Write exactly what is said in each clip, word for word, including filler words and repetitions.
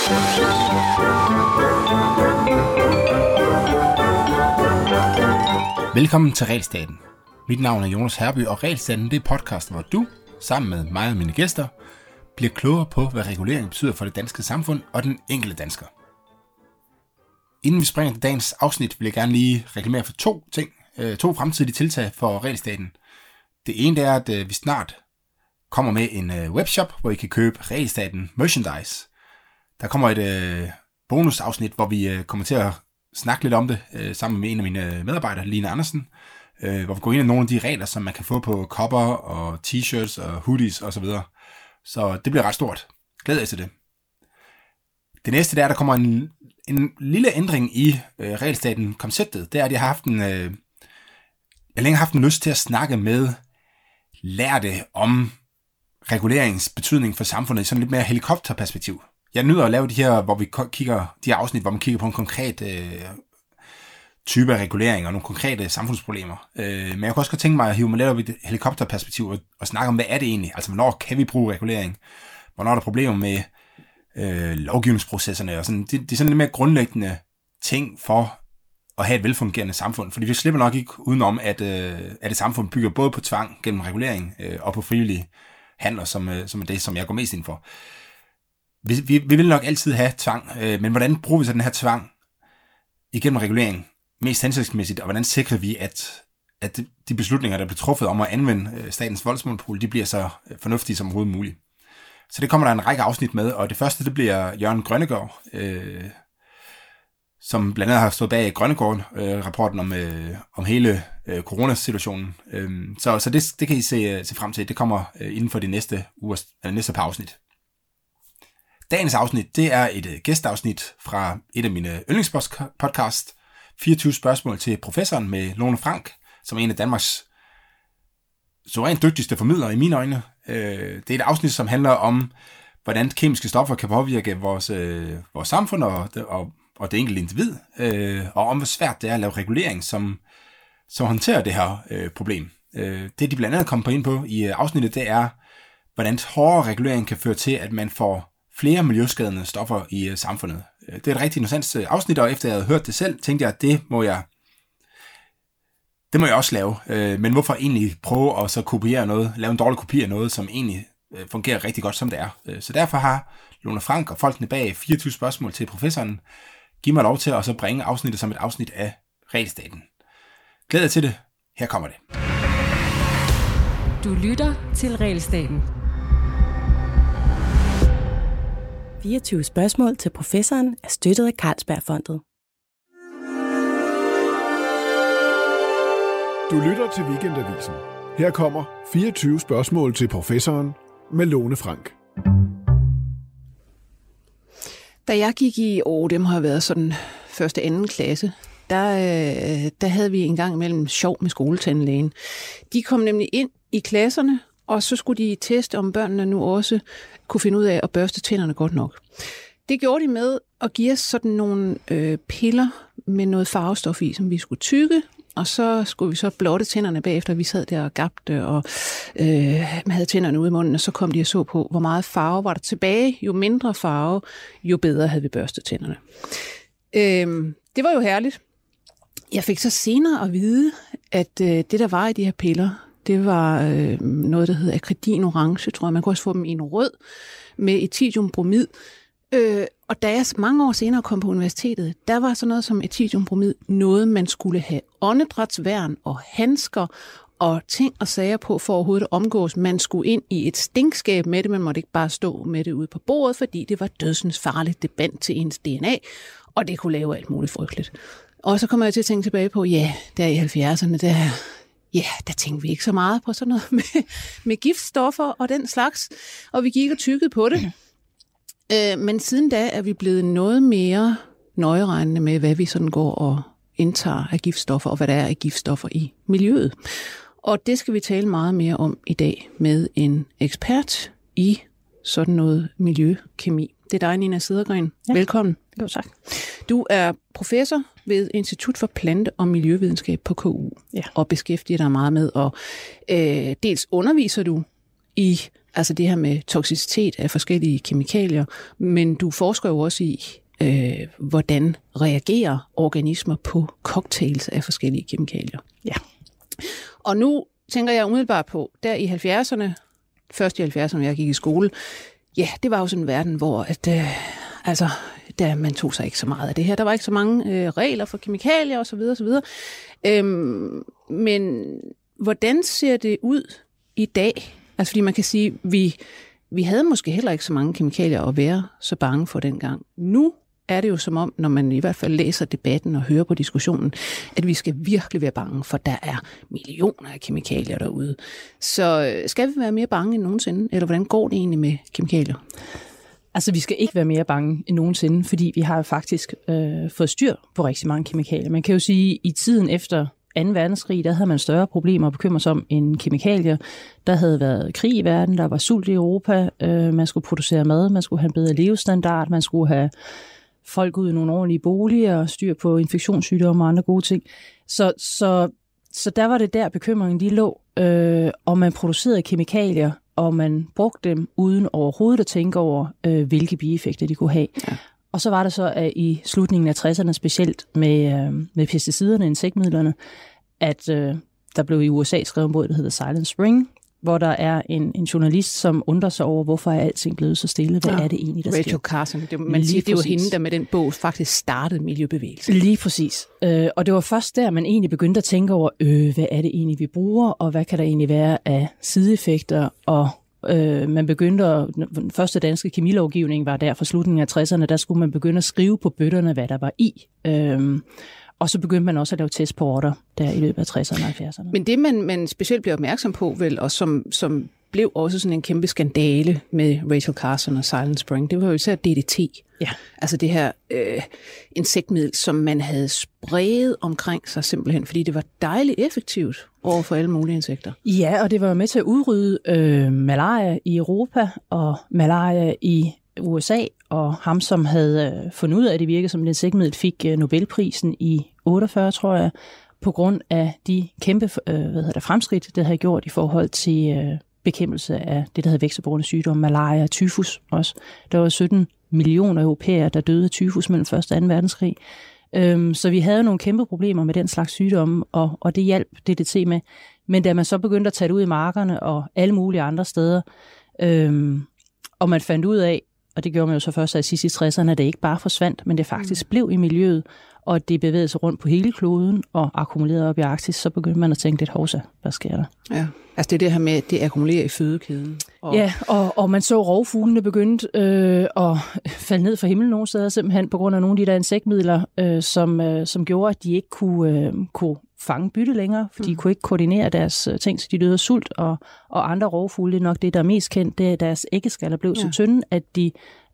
Velkommen til Regelstaten. Mit navn er Jonas Herby, og Regelstaten det er podcast, hvor du, sammen med mig og mine gæster, bliver klogere på, hvad regulering betyder for det danske samfund og den enkelte dansker. Inden vi springer til dagens afsnit, vil jeg gerne lige reklamere for to ting, to fremtidige tiltag for Regelstaten. Det ene er, at vi snart kommer med en webshop, hvor I kan købe Regelstaten merchandise. Der kommer et bonusafsnit, hvor vi kommer til at snakke lidt om det sammen med en af mine medarbejdere, Line Andersen, hvor vi går ind i nogle af de regler, som man kan få på kopper og t-shirts og hoodies osv. Så, så det bliver ret stort. Glæder jeg til det. Det næste der, der kommer en, en lille ændring i øh, Regelstaten-konceptet. Det er, at jeg har haft en, øh, jeg længe haft en lyst til at snakke med lærte om reguleringens betydning for samfundet i sådan lidt mere helikopterperspektiv. Jeg nyder at lave de her, hvor vi kigger, de her afsnit, hvor man kigger på en konkret øh, type af regulering og nogle konkrete samfundsproblemer. Øh, men jeg kunne også godt tænke mig at hive mig lidt op i et helikopterperspektiv og, og snakke om, hvad er det egentlig? Altså, hvornår kan vi bruge regulering? Hvornår er der problemer med øh, lovgivningsprocesserne? Og sådan. Det, det er sådan lidt mere grundlæggende ting for at have et velfungerende samfund. Fordi vi slipper nok ikke udenom, at, øh, at et samfund bygger både på tvang gennem regulering øh, og på frivillige handler, som, øh, som er det, som jeg går mest ind for. Vi, vi, vi vil nok altid have tvang, øh, men hvordan bruger vi så den her tvang igennem regulering mest hensigtsmæssigt, og hvordan sikrer vi, at, at de beslutninger, der bliver truffet om at anvende statens voldsmonopol, de bliver så fornuftige som overhovedet muligt. Så det kommer der en række afsnit med, og det første, det bliver Jørgen Grønnegård, øh, som blandt andet har stået bag Grønnegård-rapporten øh, om, øh, om hele øh, coronasituationen. Øh, så så det, det kan I se, se frem til. Det kommer øh, inden for de næste, uger, eller næste par afsnit. Dagens afsnit, det er et øh, gæsteafsnit fra et af mine yndlingspodcast, fireogtyve spørgsmål til professoren med Lone Frank, som er en af Danmarks suverænt dygtigste formidlere i mine øjne. Det er et afsnit, som handler om, hvordan kemiske stoffer kan påvirke vores, vores samfund og, og, og det enkelte individ, og om hvor svært det er at lave regulering, som, som håndterer det her problem. Det, de blandt andet kommer ind på i afsnittet, det er, hvordan hårdere regulering kan føre til, at man får flere miljøskadende stoffer i samfundet. Det er et rigtig interessant afsnit, og efter jeg havde hørt det selv, tænkte jeg, at det må jeg, det må jeg også lave. Men hvorfor egentlig prøve at så kopiere noget, lave en dårlig kopi af noget, som egentlig fungerer rigtig godt, som det er. Så derfor har Lone Frank og folkene bag fireogtyve spørgsmål til professoren givet mig lov til at så bringe afsnittet som et afsnit af Regelstaten. Glæder jeg til det. Her kommer det. Du lytter til Regelstaten. fireogtyve spørgsmål til professoren er støttet af Carlsbergfondet. Du lytter til Weekendavisen. Her kommer fireogtyve spørgsmål til professoren med Lone Frank. Da jeg gik i, åh, det må have været sådan første anden klasse, der, der havde vi en gang imellem sjov med skoletandlægen. De kom nemlig ind i klasserne, og så skulle de teste, om børnene nu også kunne finde ud af at børste tænderne godt nok. Det gjorde de med at give os sådan nogle øh, piller med noget farvestof i, som vi skulle tygge, og så skulle vi så blotte tænderne bagefter, vi sad der og gabte, og øh, man havde tænderne ude i munden, og så kom de og så på, hvor meget farve var der tilbage. Jo mindre farve, jo bedre havde vi børstet tænderne. Øh, det var jo herligt. Jeg fik så senere at vide, at øh, det, der var i de her piller, det var øh, noget, der hedder akridin orange, tror jeg. Man kunne også få dem i en rød med etidionbromid. Øh, og da jeg mange år senere kom på universitetet, der var sådan noget som etidionbromid noget, man skulle have åndedrætsværn og handsker og ting og sager på for overhovedet at omgås. Man skulle ind i et stinkskab med det, man måtte ikke bare stå med det ude på bordet, fordi det var dødsens farligt, det bandt til ens D N A, og det kunne lave alt muligt frygteligt. Og så kommer jeg til at tænke tilbage på, ja, der i halvfjerdserne, der Ja, der tænkte vi ikke så meget på sådan noget med, med giftstoffer og den slags, og vi gik og tykkede på det. Øh, men siden da er vi blevet noget mere nøjeregnende med, hvad vi sådan går og indtager af giftstoffer, og hvad der er af giftstoffer i miljøet. Og det skal vi tale meget mere om i dag med en ekspert i sådan noget miljøkemi. Det er dig, Nina Cedergren. Ja. Velkommen. Jo, tak. Du er professor ved Institut for Plante- og Miljøvidenskab på K U, ja. Og beskæftiger dig meget med, og øh, dels underviser du i altså det her med toksicitet af forskellige kemikalier, men du forsker jo også i, øh, hvordan reagerer organismer på cocktails af forskellige kemikalier. Ja. Og nu tænker jeg umiddelbart på, der i halvfjerdserne, først i halvfjerdserne, jeg gik i skole, ja, det var jo sådan en verden, hvor at, øh, altså, der, man tog sig ikke så meget af det her. Der var ikke så mange øh, regler for kemikalier osv. osv. Øhm, men hvordan ser det ud i dag? Altså fordi man kan sige, vi vi havde måske heller ikke så mange kemikalier at være så bange for dengang. Nu er det jo som om, når man i hvert fald læser debatten og hører på diskussionen, at vi skal virkelig være bange, for der er millioner af kemikalier derude. Så skal vi være mere bange end nogensinde, eller hvordan går det egentlig med kemikalier? Altså, vi skal ikke være mere bange end nogensinde, fordi vi har faktisk øh, fået styr på rigtig mange kemikalier. Man kan jo sige, at i tiden efter anden verdenskrig, der havde man større problemer at bekymre sig om end kemikalier. Der havde været krig i verden, der var sult i Europa, øh, man skulle producere mad, man skulle have en bedre levestandard, man skulle have folk ud i nogle ordentlige boliger, styr på infektionssygdomme og andre gode ting. Så, så, så der var det der bekymringen, de lå, øh, og man producerede kemikalier, og man brugte dem uden overhovedet at tænke over, øh, hvilke bieffekter de kunne have. Ja. Og så var det så, at i slutningen af tresserne, specielt med, øh, med pesticiderne, insektmidlerne, at øh, der blev i U S A skrevet en bog, der hedder Silent Spring, hvor der er en, en journalist, som undrer sig over, hvorfor er alting blevet så stille? Hvad ja. er det egentlig, der Rachel sker? Rachel Carson. Det, man siger, det var hende, der med den bog faktisk startede miljøbevægelsen. Lige præcis. Øh, og det var først der, man egentlig begyndte at tænke over, øh, hvad er det egentlig, vi bruger, og hvad kan der egentlig være af sideeffekter, og Øh, man begyndte at, den første danske kemilovgivning var der fra slutningen af tresserne, der skulle man begynde at skrive på bøtterne, hvad der var i. Øh, og så begyndte man også at lave test på rotter der i løbet af tresserne og halvfjerdserne. Men det, man, man specielt blev opmærksom på, vel, og som, som blev også sådan en kæmpe skandale med Rachel Carson og Silent Spring, det var jo især D D T. Ja. Altså det her øh, insektmiddel, som man havde spredt omkring sig simpelthen, fordi det var dejligt effektivt over for alle mulige insekter. Ja, og det var med til at udrydde øh, malaria i Europa og malaria i U S A, og ham, som havde øh, fundet ud af, at det virkede som et insektmiddel, fik øh, Nobelprisen i otteogfyrre, tror jeg, på grund af de kæmpe øh, hvad hedder det, fremskridt, det havde gjort i forhold til øh, bekæmpelse af det, der hedder vektorbårne sygdomme, malaria og tyfus også. Der var sytten millioner europæere, der døde af tyfus mellem første og anden verdenskrig. Øhm, så vi havde nogle kæmpe problemer med den slags sygdomme, og, og det hjalp D D T med. Men da man så begyndte at tage det ud i markerne og alle mulige andre steder, øhm, og man fandt ud af, og det gjorde man jo så først af sidst i tresserne, at det ikke bare forsvandt, men det faktisk mm. blev i miljøet, og det bevægede sig rundt på hele kloden og akkumulerede op i Arktis, så begyndte man at tænke lidt, hovsa, hvad sker der? Ja, altså det er det her med, at det akkumulerer i fødekæden. Og... Ja, og, og man så rovfuglene begyndte øh, at falde ned fra himlen nogle steder, simpelthen på grund af nogle af de der insektmidler, øh, som, øh, som gjorde, at de ikke kunne, øh, kunne fange bytte længere, for mm. de kunne ikke koordinere deres ting, så de døde af sult, og, og andre rovfugle, det er nok det, der er mest kendt, det er, at deres æggeskaller blev ja. så tynde, at de,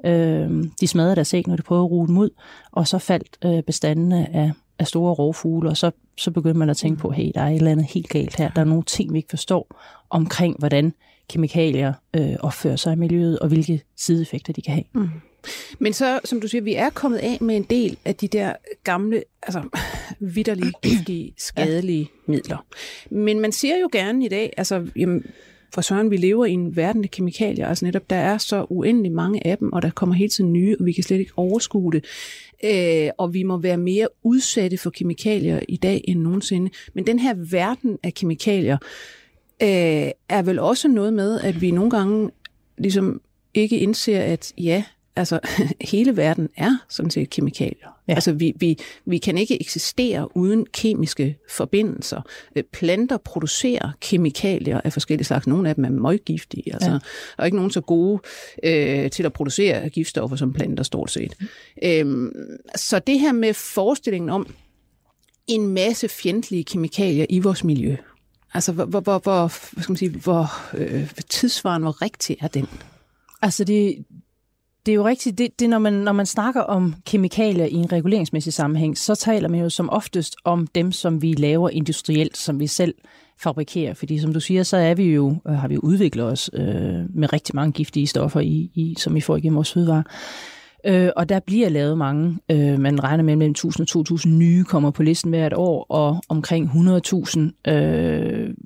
øh, de smadrede deres æg, når de prøvede at ruge dem ud, og så faldt øh, bestandene af, af store rovfugle, og så, så begyndte man at tænke på, hey, der er et eller andet helt galt her, der er nogle ting, vi ikke forstår omkring, hvordan kemikalier øh, opfører sig i miljøet, og hvilke sideeffekter de kan have. Mm. Men så, som du siger, vi er kommet af med en del af de der gamle, altså vitterlige, giftige, skadelige ja. midler. Men man siger jo gerne i dag, altså jamen, for søren, vi lever i en verden af kemikalier, altså netop, der er så uendelig mange af dem, og der kommer hele tiden nye, og vi kan slet ikke overskue det. Øh, og vi må være mere udsatte for kemikalier i dag end nogensinde. Men den her verden af kemikalier øh, er vel også noget med, at vi nogle gange ligesom ikke indser, at ja, altså hele verden er sådan set kemikalier. Ja. Altså vi, vi, vi kan ikke eksistere uden kemiske forbindelser. Planter producerer kemikalier af forskellige slags. Nogle af dem er møggiftige. Altså. Ja. Der er ikke nogen så gode øh, til at producere giftstoffer som planter stort set. Mm. Øhm, så det her med forestillingen om en masse fjendtlige kemikalier i vores miljø. Altså hvor, hvor, hvor, hvor, hvad skal man sige, hvor øh, tidsvarende, hvor rigtig er den? Altså det... Det er jo rigtigt, det, det når, man, når man snakker om kemikalier i en reguleringsmæssig sammenhæng, så taler man jo som oftest om dem, som vi laver industrielt, som vi selv fabrikerer. Fordi som du siger, så er vi jo, har vi jo udviklet os øh, med rigtig mange giftige stoffer, i, i, som vi får igennem vores fødevarer. Øh, og der bliver lavet mange. Øh, man regner med, mellem tusind og to tusind nye kommer på listen hvert år, og omkring hundrede tusind øh,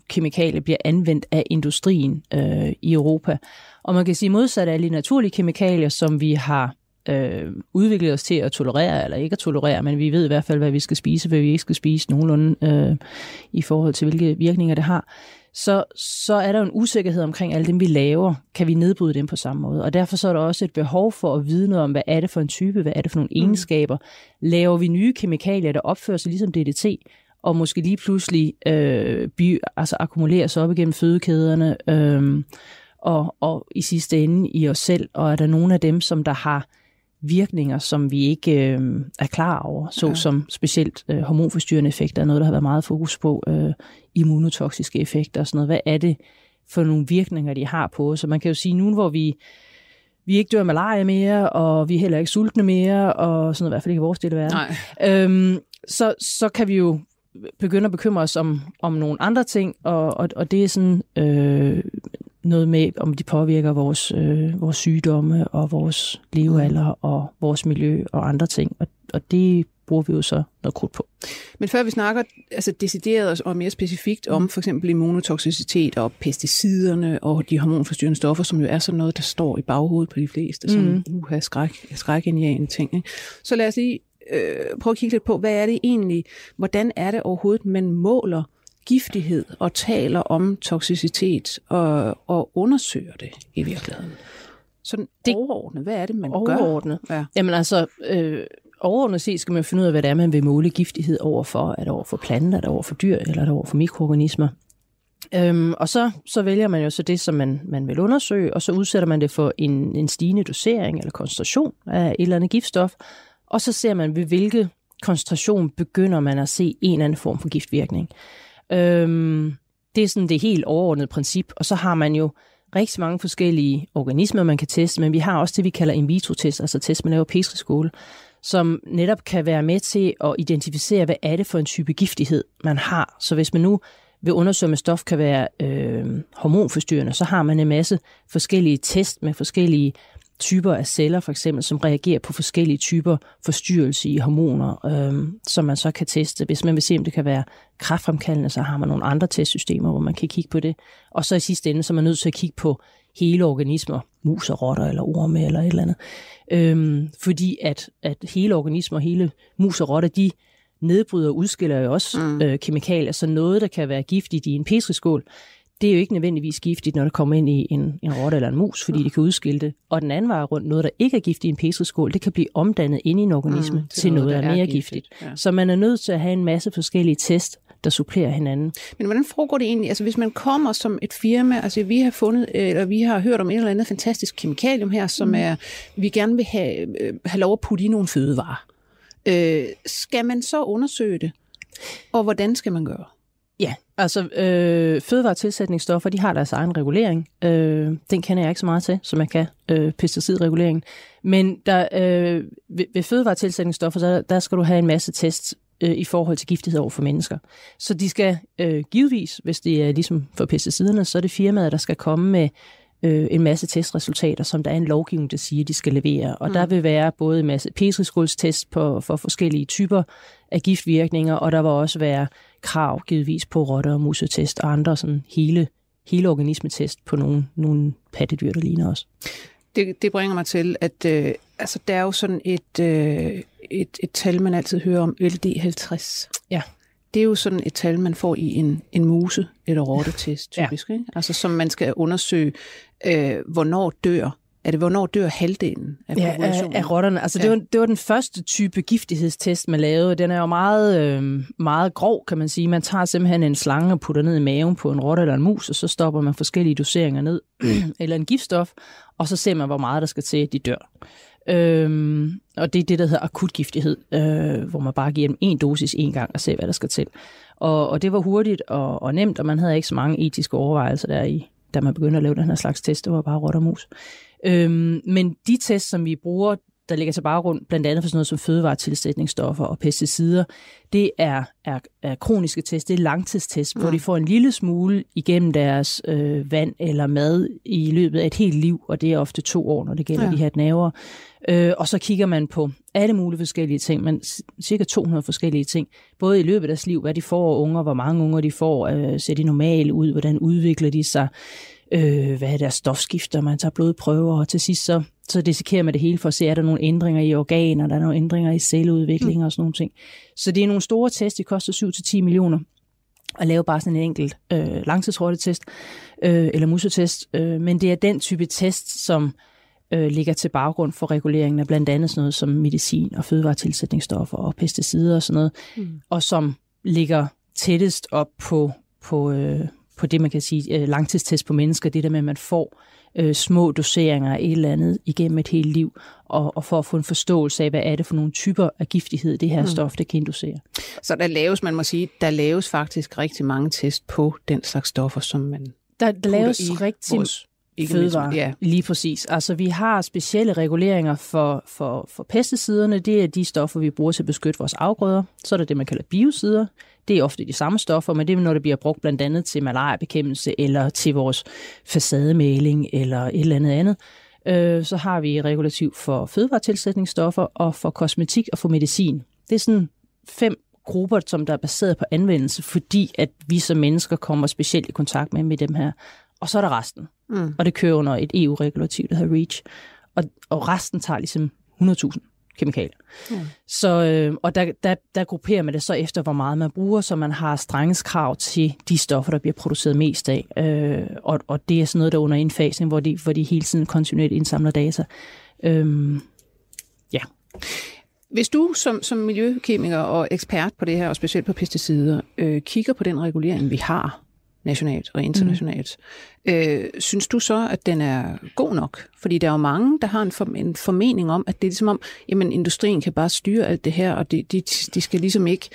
kemikalier bliver anvendt af industrien øh, i Europa. Og man kan sige modsat alle de naturlige kemikalier, som vi har øh, udviklet os til at tolerere eller ikke at tolerere, men vi ved i hvert fald, hvad vi skal spise, hvad vi ikke skal spise nogenlunde øh, i forhold til, hvilke virkninger det har. Så, så er der en usikkerhed omkring alle dem, vi laver. Kan vi nedbryde dem på samme måde? Og derfor så er der også et behov for at vide noget om, hvad er det for en type, hvad er det for nogle egenskaber. Laver vi nye kemikalier, der opfører sig ligesom D D T, og måske lige pludselig øh, by, altså akkumulerer sig op igennem fødekæderne, øh, og, og i sidste ende i os selv, og er der nogle af dem, som der har virkninger, som vi ikke øh, er klar over, såsom ja. specielt øh, hormonforstyrrende effekter, er noget, der har været meget fokus på, øh, immunotoksiske effekter og sådan noget. Hvad er det for nogle virkninger, de har på os? Så man kan jo sige, nu hvor vi, vi ikke dør af malaria mere, og vi er heller ikke sultne mere, og sådan noget, i hvert fald ikke i vores del af verden, øhm, så, så kan vi jo begynde at bekymre os om, om nogle andre ting, og, og, og det er sådan øh, noget med, om de påvirker vores, øh, vores sygdomme og vores levealder og vores miljø og andre ting, og, og det bruger vi jo så noget krudt på. Men før vi snakker altså decideret og mere specifikt om for eksempel immunotoksicitet og pesticiderne og de hormonforstyrrende stoffer, som jo er sådan noget, der står i baghovedet på de fleste, som mm. uha, skræk, skrækindjagende ting. Ikke? Så lad os lige øh, prøve at kigge lidt på, hvad er det egentlig, hvordan er det overhovedet, man måler giftighed og taler om toksicitet og, og undersøger det i virkeligheden? Sådan det, overordnet, hvad er det, man overordnet. gør? Ja. Jamen altså... Øh, Overordnet set skal man finde ud af, hvad det er, man vil måle giftighed overfor. Er det over for planter, er det over for dyr, eller er det over for mikroorganismer? Øhm, og så, så vælger man jo så det, som man, man vil undersøge, og så udsætter man det for en, en stigende dosering eller koncentration af et eller andet giftstof, og så ser man, ved hvilke koncentration begynder man at se en eller anden form for giftvirkning. Øhm, det er sådan det helt overordnede princip, og så har man jo rigtig mange forskellige organismer, man kan teste, men vi har også det, vi kalder in vitro-test, altså test, man laver i petriskåle, som netop kan være med til at identificere, hvad er det for en type giftighed, man har. Så hvis man nu vil undersøge, om et stof kan være øh, hormonforstyrrende, så har man en masse forskellige test med forskellige typer af celler, for eksempel, som reagerer på forskellige typer forstyrrelse i hormoner, øh, som man så kan teste. Hvis man vil se, om det kan være kræftfremkaldende, så har man nogle andre testsystemer, hvor man kan kigge på det. Og så i sidste ende, så er man nødt til at kigge på hele organismer, mus og rotter eller orme eller et eller andet. Øhm, fordi at, at hele organismer, hele mus og rotter, de nedbryder og udskiller jo også mm. øh, kemikalier, så noget, der kan være giftigt i en petriskål, det er jo ikke nødvendigvis giftigt, når det kommer ind i en, en rotte eller en mus, fordi mm. de kan udskille det. Og den anden vej rundt, noget, der ikke er giftigt i en petriskål, det kan blive omdannet ind i en organisme mm, til, til noget, noget, der er mere giftigt. giftigt. Ja. Så man er nødt til at have en masse forskellige test, der supplerer hinanden. Men hvordan foregår det egentlig? Altså hvis man kommer som et firma, altså vi har fundet, eller vi har hørt om et eller andet fantastisk kemikalium her, som mm. er, vi gerne vil have, have lov at putte i nogle fødevarer. Øh, skal man så undersøge det? Og hvordan skal man gøre? Ja, altså øh, fødevaretilsætningsstoffer, de har deres egen regulering. Øh, den kender jeg ikke så meget til, som man kan øh, pesticidreguleringen. Men der, øh, ved, ved fødevaretilsætningsstoffer, der, der skal du have en masse tests i forhold til giftighed over for mennesker. Så de skal øh, givetvis, hvis det er ligesom for pesticiderne, så er det firmaet, der skal komme med øh, en masse testresultater, som der er en lovgivning, der siger, de skal levere. Og mm. der vil være både en masse petriskålstest på, for forskellige typer af giftvirkninger, og der vil også være krav givetvis på rotter- og musetest og andre sådan hele, hele organismetest på nogle, nogle pattedyr, der ligner os. Det, det bringer mig til, at øh, altså, der er jo sådan et, øh, et, et tal, man altid hører om, L D halvtreds. Ja. Det er jo sådan et tal, man får i en, en muse- eller rottetest, typisk. Ja. Ikke? Altså, som man skal undersøge, øh, hvornår dør. Er det, hvornår dør halvdelen af populationen? Ja, af, af rotterne. Altså, ja. det, var, det var den første type giftighedstest, man lavede. Den er jo meget, øh, meget grov, kan man sige. Man tager simpelthen en slange og putter ned i maven på en rotte eller en mus, og så stopper man forskellige doseringer ned, eller en giftstof, og så ser man, hvor meget der skal til, at de dør. Øhm, og det er det, der hedder akut giftighed, øh, hvor man bare giver dem en dosis en gang og ser, hvad der skal til. Og, og det var hurtigt og, og nemt, og man havde ikke så mange etiske overvejelser der i, da man begyndte at lave den her slags test. Det var bare rotter og mus. Øhm, men de tests, som vi bruger der ligger til baggrund blandt andet for sådan noget som fødevaretilsætningsstoffer og pesticider, det er, er, er kroniske test, det er langtidstest, mm. hvor de får en lille smule igennem deres øh, vand eller mad i løbet af et helt liv, og det er ofte to år, når det gælder ja. de her naver. Øh, og så kigger man på alle mulige forskellige ting, men cirka to hundrede forskellige ting, både i løbet af deres liv, hvad de får af unger, hvor mange unger de får, øh, ser de normale ud, hvordan udvikler de sig, øh, hvad er deres stofskifter, man tager blodprøver, og til sidst så, så dissekerer man det hele for at se, er der nogle ændringer i organer, der er nogle ændringer i celleudvikling mm. og sådan nogle ting. Så det er nogle store tests, de koster syv til ti millioner at lave bare sådan en enkelt øh, langtidsrottetest øh, eller musetest, øh, men det er den type test, som øh, ligger til baggrund for reguleringen af blandt andet sådan noget som medicin og fødevaretilsætningsstoffer og pesticider og sådan noget, mm. og som ligger tættest op på, på, øh, på det, man kan sige, øh, langtidstest på mennesker, det der med, at man får øh, små doseringer af et eller andet igennem et helt liv, og, og for at få en forståelse af, hvad er det for nogle typer af giftighed, det her mm. stof, det kan inducere. Så der laves, man må sige, der laves faktisk rigtig mange test på den slags stoffer, som man der, der laves rigtig fødevarer, ja. Lige præcis. Altså, vi har specielle reguleringer for, for, for pesticiderne. Det er de stoffer, vi bruger til at beskytte vores afgrøder. Så er der det, man kalder biocider. Det er ofte de samme stoffer, men det er, når det bliver brugt blandt andet til malariabekæmpelse, eller til vores facademaling, eller et eller andet andet. Øh, så har vi regulativ for fødevaretilsætningsstoffer, og for kosmetik og for medicin. Det er sådan fem grupper, som der er baseret på anvendelse, fordi at vi som mennesker kommer specielt i kontakt med, med dem her. Og så er der resten. Mm. Og det kører under et E U-regulativ, der hedder REACH. Og, og resten tager ligesom hundrede tusind kemikalier. Mm. Så, øh, og der, der, der grupperer man det så efter, hvor meget man bruger, så man har strenghedskrav til de stoffer, der bliver produceret mest af. Øh, og, og det er sådan noget, der er under indfasning, hvor de, hvor de hele tiden kontinuerligt indsamler data. Øh, ja. Hvis du som, som miljøkemiker og ekspert på det her, og specielt på pesticider, øh, kigger på den regulering, vi har, nationalt og internationalt. Mm. Øh, synes du så, at den er god nok? Fordi der er jo mange, der har en, form- en formening om, at det er ligesom om, jamen industrien kan bare styre alt det her, og de, de, de skal ligesom ikke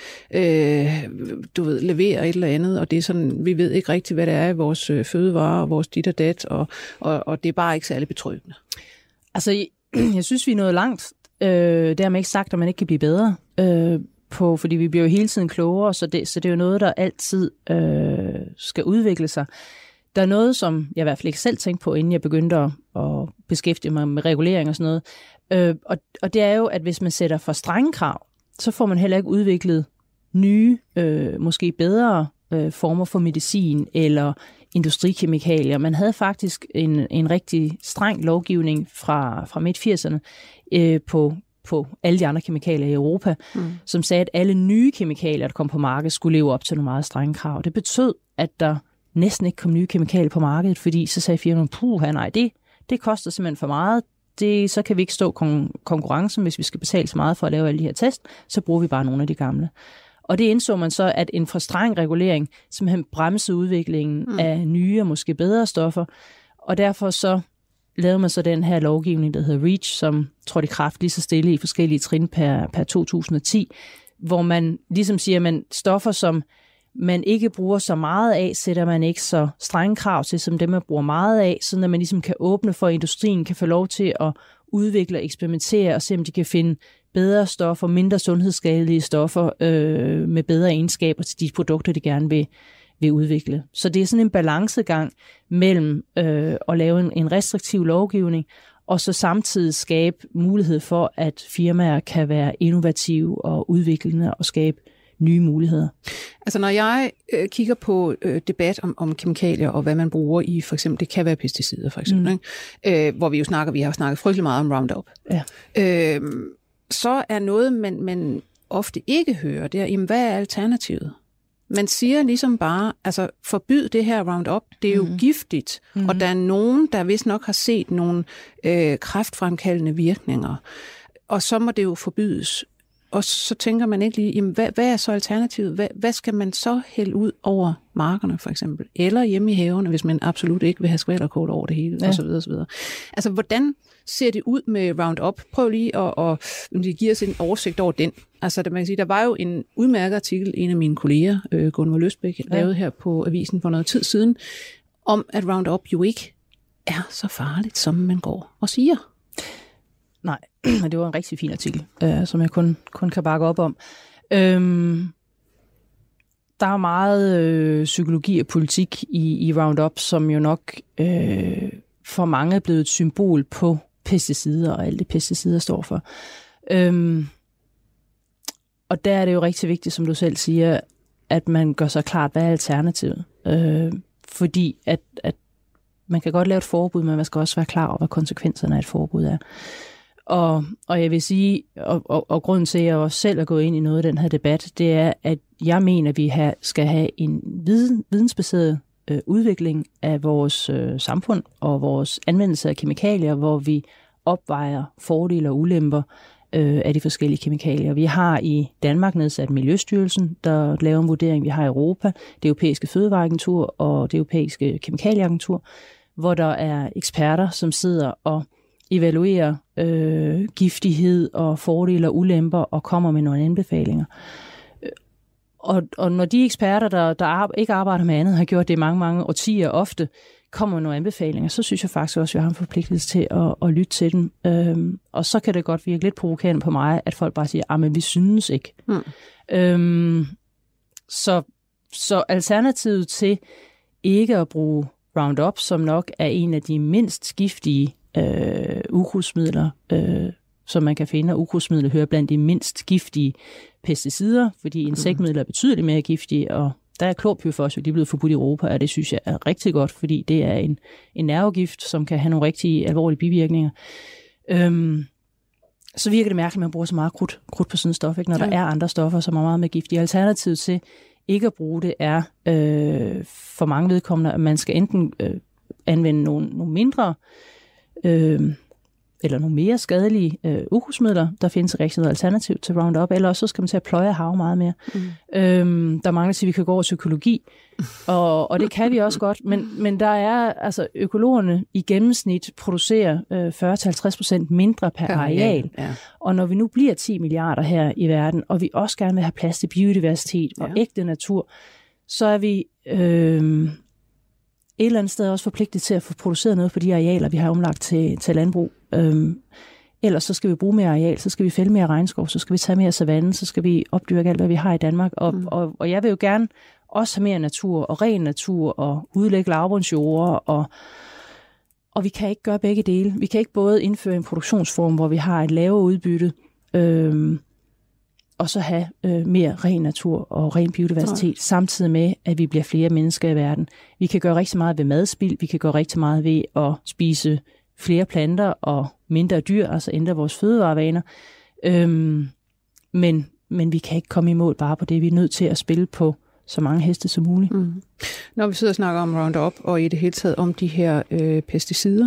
øh, du ved, levere et eller andet, og det er sådan, vi ved ikke rigtigt, hvad det er i vores øh, fødevarer og vores dit og dat, og, og, og det er bare ikke særlig betryggende. Altså, jeg synes, vi er nået langt. Øh, dermed ikke sagt, at man ikke kan blive bedre. Øh, På, fordi vi bliver jo hele tiden klogere, så det, så det er jo noget, der altid øh, skal udvikle sig. Der er noget, som jeg i hvert fald ikke selv tænkte på, inden jeg begyndte at, at beskæftige mig med regulering og sådan noget. Øh, og, og det er jo, at hvis man sætter for strenge krav, så får man heller ikke udviklet nye, øh, måske bedre øh, former for medicin eller industrikemikalier. Man havde faktisk en, en rigtig streng lovgivning fra, fra midt firserne øh, på på alle de andre kemikalier i Europa, mm. som sagde, at alle nye kemikalier, der kom på markedet, skulle leve op til nogle meget strenge krav. Det betød, at der næsten ikke kom nye kemikalier på markedet, fordi så sagde firmaen, puh, nej, det, det koster simpelthen for meget. Det, så kan vi ikke stå kon- konkurrencen, hvis vi skal betale så meget for at lave alle de her test, så bruger vi bare nogle af de gamle. Og det indså man så, at en for streng regulering simpelthen bremsede udviklingen mm. af nye og måske bedre stoffer, og derfor så lavede man så den her lovgivning, der hedder REACH, som trådte i kraft lige så stille i forskellige trin per, per to tusind og ti, hvor man ligesom siger, at man stoffer, som man ikke bruger så meget af, sætter man ikke så strenge krav til, som dem, man bruger meget af, så at man ligesom kan åbne for, at industrien kan få lov til at udvikle og eksperimentere og se, om de kan finde bedre stoffer, mindre sundhedsskadelige stoffer øh, med bedre egenskaber til de produkter, de gerne vil vil udvikle. Så det er sådan en balancegang mellem øh, at lave en, en restriktiv lovgivning, og så samtidig skabe mulighed for, at firmaer kan være innovative og udviklende og skabe nye muligheder. Altså når jeg øh, kigger på øh, debat om, om kemikalier og hvad man bruger i, for eksempel, det kan være pesticider for eksempel, mm. ikke? Øh, hvor vi jo snakker, vi har snakket frygtelig meget om Roundup. Ja. Øh, så er noget, man, man ofte ikke hører, det er, jamen, hvad er alternativet? Man siger ligesom bare, altså forbyd det her Roundup, det er jo mm. giftigt, mm. og der er nogen, der vist nok har set nogle øh, kræftfremkaldende virkninger, og så må det jo forbydes. Og så tænker man ikke lige, jamen, hvad, hvad er så alternativet? Hvad, hvad skal man så hælde ud over markerne for eksempel? Eller hjemme i haverne, hvis man absolut ikke vil have skvalderkål over det hele, ja. osv. osv. Altså, hvordan ser det ud med Roundup? Prøv lige at, at, at give os en oversigt over den. Altså, der, man kan sige, der var jo en udmærket artikel, en af mine kolleger, øh, Gunvor Løsbæk, ja. lavede her på Avisen for noget tid siden, om at Roundup jo ikke er så farligt, som man går og siger. Nej, og det var en rigtig fin artikel, øh, som jeg kun, kun kan bakke op om. Øhm, der er meget øh, psykologi og politik i, i Roundup, som jo nok øh, for mange er blevet et symbol på pesticider og alt det pesticider står for. Øhm, og der er det jo rigtig vigtigt, som du selv siger, at man gør sig klart, hvad er alternativet. Øh, fordi at, at man kan godt lave et forbud, men man skal også være klar over, hvad konsekvenserne af et forbud er. Og, og jeg vil sige, og, og, og grunden til, at jeg også selv er gået ind i noget af den her debat, det er, at jeg mener, at vi have, skal have en viden, vidensbaseret øh, udvikling af vores øh, samfund og vores anvendelse af kemikalier, hvor vi opvejer fordele og ulemper øh, af de forskellige kemikalier. Vi har i Danmark nedsat Miljøstyrelsen, der laver en vurdering. Vi har i Europa det europæiske fødevareagentur og det europæiske kemikalieagentur, hvor der er eksperter, som sidder og evaluerer øh, giftighed og fordele og ulemper og kommer med nogle anbefalinger. Og, og når de eksperter, der, der ikke arbejder med andet, har gjort det i mange, mange årtier ofte, kommer med nogle anbefalinger, så synes jeg faktisk også, at vi har en forpligtelse til at, at lytte til dem. Øhm, og så kan det godt virke lidt provokerende på mig, at folk bare siger, men vi synes ikke. Mm. Øhm, så, så alternativet til ikke at bruge Roundup, som nok er en af de mindst giftige øh, ukrudtsmidler, øh, som man kan finde, og ukrudtsmidler hører blandt de mindst giftige pesticider, fordi insektmidler er betydeligt mere giftige, og der er klorpyrfos, de er blevet forbudt i Europa, og det synes jeg er rigtig godt, fordi det er en, en nervegift, som kan have nogle rigtig alvorlige bivirkninger. Øhm, så virker det mærkeligt, at man bruger så meget krudt, krudt på sådan et stof, ikke? Når ja. Der er andre stoffer, som er meget mere giftige. Alternativet til ikke at bruge det er øh, for mange vedkommende, at man skal enten øh, anvende nogle, nogle mindre øh, eller nogle mere skadelige øh, ukrudtsmidler. Der findes rigtig noget alternativ til Roundup, eller også så skal man til at pløje hav meget mere. Mm. Øhm, der mangler til, at vi kan gå over psykologi, og, og det kan vi også godt, men, men der er, altså økologerne i gennemsnit producerer øh, fyrre til halvtreds procent mindre per ja, areal, ja. Og når vi nu bliver ti milliarder her i verden, og vi også gerne vil have plads til biodiversitet og ja. Ægte natur, så er vi øh, et eller andet sted også forpligtet til at få produceret noget på de arealer, vi har omlagt til, til landbrug. Øhm, ellers så skal vi bruge mere areal, så skal vi fælde mere regnskov, så skal vi tage mere savanne, så skal vi opdyrke alt, hvad vi har i Danmark. Og, mm. og, og jeg vil jo gerne også have mere natur og ren natur og udlægge lavbundsjorder, og, og vi kan ikke gøre begge dele. Vi kan ikke både indføre en produktionsform, hvor vi har et lavere udbytte, øhm, og så have øh, mere ren natur og ren biodiversitet, Nej. Samtidig med, at vi bliver flere mennesker i verden. Vi kan gøre rigtig meget ved madspild, vi kan gøre rigtig meget ved at spise flere planter og mindre dyr, altså ændre vores fødevarevaner. Øhm, men, men vi kan ikke komme i mål bare på det. Vi er nødt til at spille på så mange heste som muligt. Mm. Når vi sidder og snakker om Roundup, og i det hele taget om de her øh, pesticider,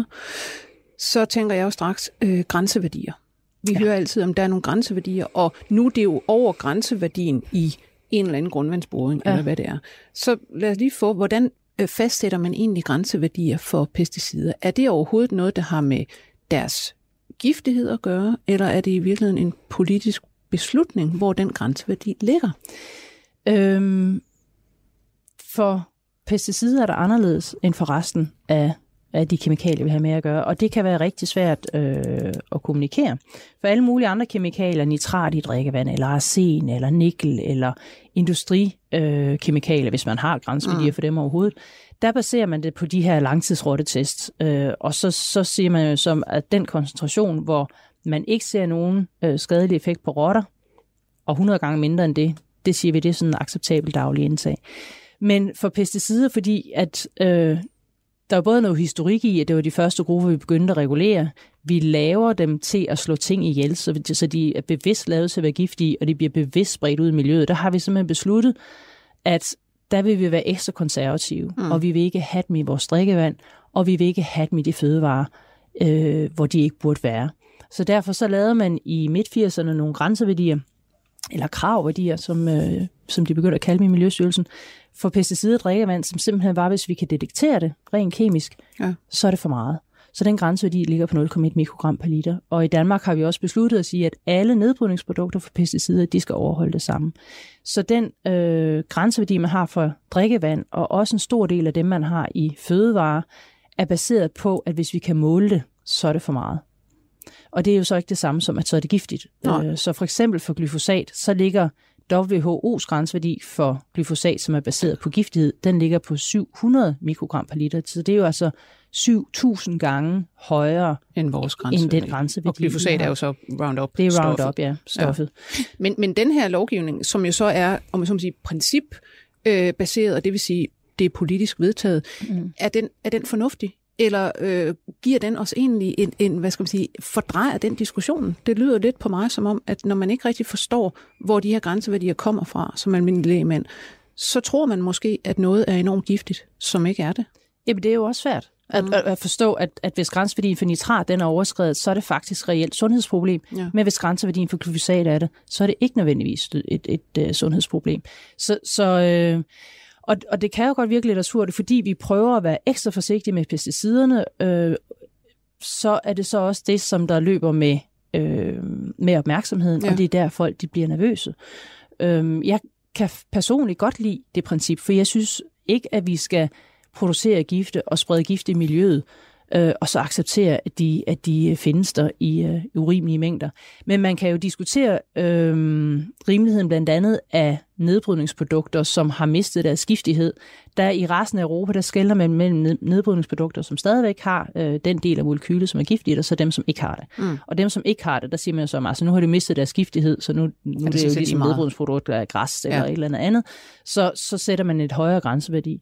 så tænker jeg jo straks øh, grænseværdier. Vi ja. hører altid, om der er nogle grænseværdier, og nu er det jo over grænseværdien i en eller anden grundvandsboring, ja. Eller hvad det er. Så lad os lige få, hvordan fastsætter man egentlig grænseværdier for pesticider? Er det overhovedet noget, der har med deres giftighed at gøre, eller er det i virkeligheden en politisk beslutning, hvor den grænseværdi ligger? Øhm, for pesticider er der anderledes end for resten af af de kemikalier, vi har med at gøre, og det kan være rigtig svært øh, at kommunikere. For alle mulige andre kemikalier, nitrat i drikkevand, eller arsen, eller nikkel, eller industrikemikalier, øh, hvis man har grænseværdier mm. for dem overhovedet, der baserer man det på de her langtidsrottetests, øh, og så, så siger man jo som, at den koncentration, hvor man ikke ser nogen øh, skadelig effekt på rotter, og hundrede gange mindre end det, det siger vi, det er sådan en acceptabel daglig indtag. Men for pesticider, fordi at øh, der er både noget historik i, at det var de første grupper, vi begyndte at regulere. Vi laver dem til at slå ting ihjel, så de er bevidst lavet til at være giftige, og de bliver bevidst spredt ud i miljøet. Der har vi simpelthen besluttet, at der vil vi være ekstra konservative, mm. og vi vil ikke have dem i vores drikkevand, og vi vil ikke have dem i de fødevarer, øh, hvor de ikke burde være. Så derfor så lavede man i midt firserne nogle grænseværdier, eller kravværdier, som, øh, som de begyndte at kalde dem i Miljøstyrelsen, for pesticider og drikkevand, som simpelthen var, hvis vi kan detektere det rent kemisk, ja. Så er det for meget. Så den grænseværdi ligger på nul komma en mikrogram per liter. Og i Danmark har vi også besluttet at sige, at alle nedbrydningsprodukter for pesticider, de skal overholde det samme. Så den øh, grænseværdi, man har for drikkevand, og også en stor del af dem, man har i fødevarer, er baseret på, at hvis vi kan måle det, så er det for meget. Og det er jo så ikke det samme som, at så er det giftigt. Øh, så for eksempel for glyfosat, så ligger W H O's grænseværdi for glyfosat, som er baseret på giftighed, den ligger på syv hundrede mikrogram per liter. Så det er jo altså syv tusind gange højere end vores grænseværdi. End den grænseværdi. Og glyfosat er jo så Roundup. Det er Roundup, ja, stoffet. Ja. Men, men den her lovgivning, som jo så er, om man så må sige, principbaseret, og det vil sige, det er politisk vedtaget, mm. er, den, er den fornuftig? Eller øh, giver den os egentlig en, en, hvad skal man sige, fordrejer den diskussion? Det lyder lidt på mig som om, at når man ikke rigtig forstår, hvor de her grænseværdier kommer fra, som almindelig lægmand, så tror man måske, at noget er enormt giftigt, som ikke er det. Jamen, det er jo også svært at, mm. at forstå, at, at hvis grænseværdien for nitrat den er overskredet, så er det faktisk reelt sundhedsproblem. Ja. Men hvis grænseværdien for glyfosat er det, så er det ikke nødvendigvis et, et, et, et sundhedsproblem. Så... så øh, Og, og det kan jo godt virke lidt absurd, fordi vi prøver at være ekstra forsigtige med pesticiderne, øh, så er det så også det, som der løber med, øh, med opmærksomheden, ja. Og det er der folk de bliver nervøse. Øh, jeg kan personligt godt lide det princip, for jeg synes ikke, at vi skal producere gifte og sprede gift i miljøet, øh, og så acceptere, at de, at de findes der i øh, urimelige mængder. Men man kan jo diskutere øh, rimeligheden blandt andet af nedbrydningsprodukter, som har mistet deres giftighed. Der i resten af Europa, der skelner man mellem nedbrydningsprodukter, som stadigvæk har øh, den del af molekylet, som er giftigt, og så dem, som ikke har det. Mm. Og dem, som ikke har det, der siger man jo så, altså nu har de mistet deres giftighed, så nu, nu er det, det jo ligesom nedbrydningsprodukter af græs eller ja. et eller andet andet. Så, så sætter man et højere grænseværdi.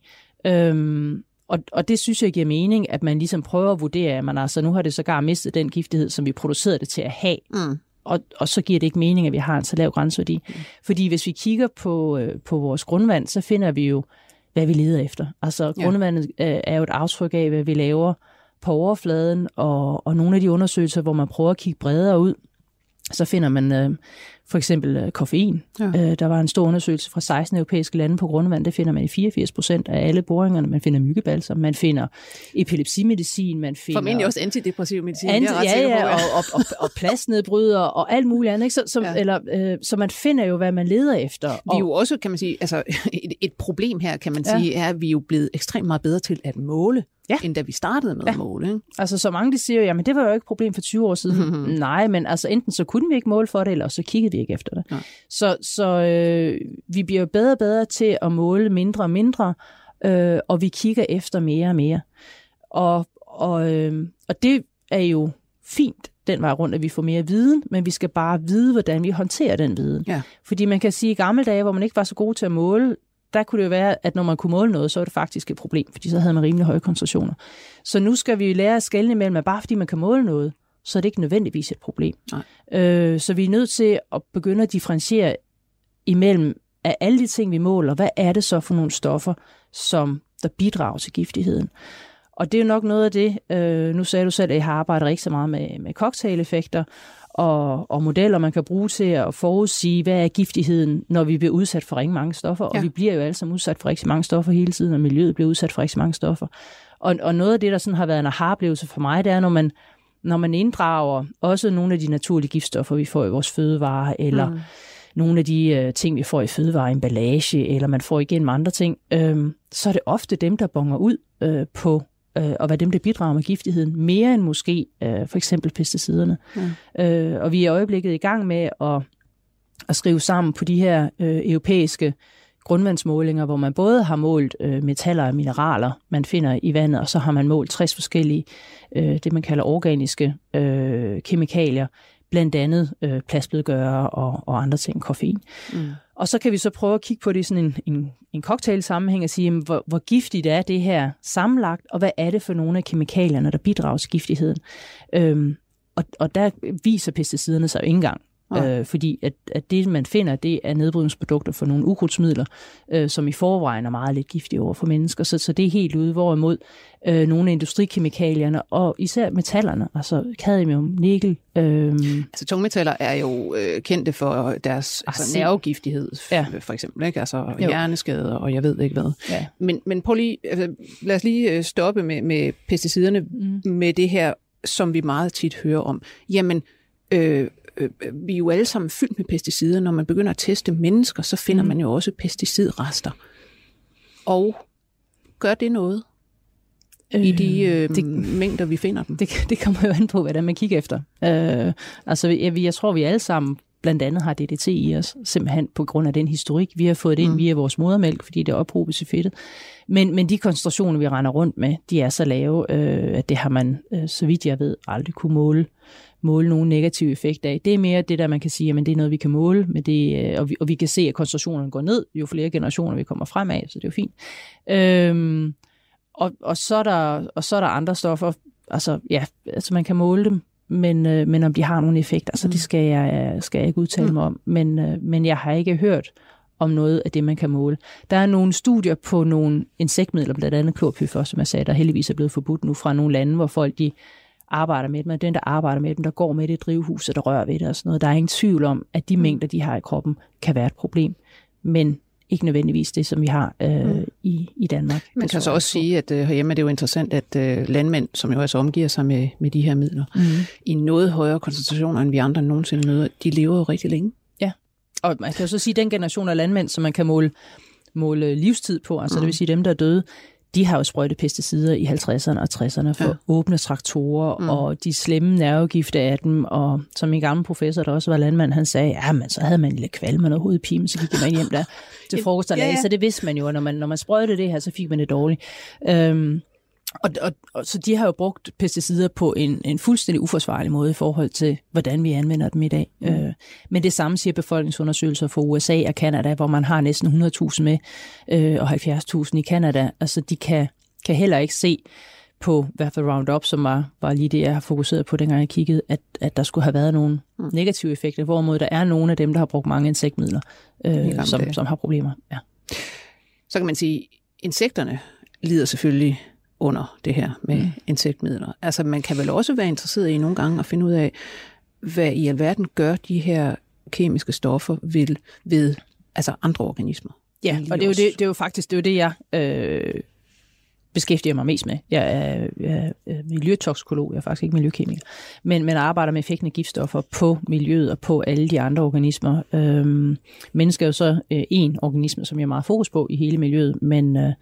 Øhm, Og, og det synes jeg giver mening, at man ligesom prøver at vurdere, at man altså nu har det sågar mistet den giftighed, som vi producerede det til at have. Mm. Og, og så giver det ikke mening, at vi har en så lav grænseværdi. Mm. Fordi hvis vi kigger på, øh, på vores grundvand, så finder vi jo, hvad vi leder efter. Altså ja. grundvandet øh, er jo et aftryk af, hvad vi laver på overfladen, og, og nogle af de undersøgelser, hvor man prøver at kigge bredere ud, så finder man øh, for eksempel øh, koffein. Ja. Øh, der var en stor undersøgelse fra seksten europæiske lande på grundvand. Det finder man i fireogfirs procent af alle boringerne. Man finder myggebalsam, man finder epilepsimedicin, man finder... Formentlig også antidepressiv medicin. Anti, ja, ja, og, og, og, og plastnedbrydere og alt muligt andet. Ikke? Så, som, ja. eller, øh, så man finder jo, hvad man leder efter. Vi er jo også, kan man sige, altså et, et problem her, kan man ja. sige, er, at vi er jo blevet ekstremt meget bedre til at måle, ja. end da vi startede med ja. at måle. Ikke? Altså så mange, de siger jo, jamen det var jo ikke et problem for tyve år siden. Mm-hmm. Nej, men altså enten så kunne vi ikke måle for det, eller så kiggede vi ikke efter det. Ja. Så, så øh, vi bliver jo bedre og bedre til at måle mindre og mindre, øh, og vi kigger efter mere og mere. Og, og, øh, og det er jo fint den vej rundt, at vi får mere viden, men vi skal bare vide, hvordan vi håndterer den viden. Ja. Fordi man kan sige, at i gamle dage, hvor man ikke var så god til at måle, der kunne det jo være, at når man kunne måle noget, så var det faktisk et problem, fordi så havde man rimelig høje koncentrationer. Så nu skal vi lære at skelne imellem, at bare fordi man kan måle noget, så er det ikke nødvendigvis et problem. Øh, så vi er nødt til at begynde at differentiere imellem af alle de ting, vi måler. Hvad er det så for nogle stoffer, som der bidrager til giftigheden? Og det er jo nok noget af det, øh, nu sagde du selv, at jeg har arbejdet rigtig så meget med, med cocktail-effekter og, og modeller, man kan bruge til at forudsige, hvad er giftigheden, når vi bliver udsat for rigtig mange stoffer. Ja. Og vi bliver jo alle sammen udsat for rigtig mange stoffer hele tiden, og miljøet bliver udsat for rigtig mange stoffer. Og, og noget af det, der sådan har været en aha-oplevelse for mig, det er, når man, når man inddrager også nogle af de naturlige giftstoffer, vi får i vores fødevarer, eller mm. nogle af de øh, ting, vi får i fødevareemballage, eller man får igennem andre ting, øh, så er det ofte dem, der bonger ud øh, på og hvad dem, der bidrager med giftigheden, mere end måske øh, for eksempel pesticiderne. Mm. Øh, og vi er i øjeblikket i gang med at, at skrive sammen på de her øh, europæiske grundvandsmålinger, hvor man både har målt øh, metaller og mineraler, man finder i vandet, og så har man målt tres forskellige, øh, det man kalder organiske øh, kemikalier, blandt andet øh, plastblødgørere og, og andre ting, koffein. Mm. Og så kan vi så prøve at kigge på det i sådan en, en, en cocktail-sammenhæng og sige, jamen, hvor, hvor giftigt er det her sammenlagt, og hvad er det for nogle af kemikalierne, der bidrager til giftigheden. Øhm, og, og der viser pesticiderne sig jo ikke engang. Ja. Øh, fordi at, at det, man finder, det er nedbrydningsprodukter for nogle ukrudtsmidler, øh, som i forvejen er meget lidt giftige over for mennesker. Så, så det er helt ude, hvorimod øh, nogle af industrikemikalierne, og især metallerne, altså cadmium, nikkel. Øh, altså tungmetaller er jo øh, kendte for deres altså, nervegiftighed, ja. for eksempel, ikke? Altså jo. Hjerneskader, og jeg ved ikke hvad. Ja. Men, men prøv lige, altså, lad os lige stoppe med, med pesticiderne, mm. med det her, som vi meget tit hører om. Jamen, øh, vi er jo alle sammen fyldt med pesticider. Når man begynder at teste mennesker, så finder mm. man jo også pesticidrester. Og gør det noget? i de øh, det, mængder, vi finder dem? Det, det kommer jo an på, hvordan man kigger efter. Øh, altså, jeg, jeg tror, vi alle sammen blandt andet har D D T i os, simpelthen på grund af den historik. Vi har fået det ind mm. via vores modermælk, fordi det ophobes i fedtet. Men, men de koncentrationer, vi render rundt med, de er så lave, øh, at det har man, øh, så vidt jeg ved, aldrig kunne måle, måle nogen negativ effekt af. Det er mere det, der man kan sige, at det er noget, vi kan måle, men det, øh, og, vi, og vi kan se, at koncentrationerne går ned, jo flere generationer vi kommer frem af, så det er jo fint. Øh, og, og, så er der, og så er der andre stoffer, altså ja, altså man kan måle dem, Men, øh, men om de har nogen effekt, altså mm. det skal jeg, skal jeg ikke udtale mm. mig om. Men, øh, men jeg har ikke hørt om noget af det, man kan måle. Der er nogle studier på nogle insektmidler, blandt andet klorpyffer, som jeg sagde, der heldigvis er blevet forbudt nu fra nogle lande, hvor folk de arbejder med dem, og den, der arbejder med dem, der går med det i drivhuset, der rører ved det og sådan noget. Der er ingen tvivl om, at de mængder, de har i kroppen, kan være et problem. Men ikke nødvendigvis det, som vi har øh, mm. i, i Danmark. Man kan så også sige, at øh, herhjemme er det jo interessant, at øh, landmænd, som jo altså omgiver sig med, med de her midler, mm. i noget højere koncentrationer, end vi andre nogensinde møder, de lever jo rigtig længe. Ja, og man kan jo så sige, at den generation af landmænd, som man kan måle, måle livstid på, altså mm. det vil sige dem, der er døde, de har jo sprøjtet pesticider i halvtredserne og tresserne for ja. åbne traktorer, mm. og de slemme nervegifte af dem, og som en gammel professor, der også var landmand, han sagde, ja, men så havde man en lille kvalme og hovedpine, så gik man hjem der til frokost og lagde, ja, ja. Så det vidste man jo, når man, når man sprøjtede det her, så fik man det dårligt. Øhm, og, og, og så de har jo brugt pesticider på en, en fuldstændig uforsvarlig måde i forhold til, hvordan vi anvender dem i dag. Mm. Øh, men det samme siger befolkningsundersøgelser fra U S A og Canada, hvor man har næsten hundrede tusind med, øh, og halvfjerds tusind i Canada. Altså de kan, kan heller ikke se på, i hvert fald Roundup, som var, var lige det, jeg har fokuseret på, dengang jeg kiggede, at, at der skulle have været nogle mm. negative effekter, hvorimod der er nogle af dem, der har brugt mange insektmidler, øh, som, som har problemer. Ja. Så kan man sige, at insekterne lider selvfølgelig under det her med mm. insektmidler. Altså man kan vel også være interesseret i nogle gange at finde ud af, hvad i alverden gør de her kemiske stoffer ved, ved altså andre organismer. Ja, og det er, jo det, det er jo faktisk det, er jo det jeg øh, beskæftiger mig mest med. Jeg er, jeg er miljøtoksikolog, jeg er faktisk ikke miljøkemiker, men, men arbejder med effekten af giftstoffer på miljøet og på alle de andre organismer. Øhm, mennesker er jo så øh, en organisme, som jeg har meget fokus på i hele miljøet, men øh,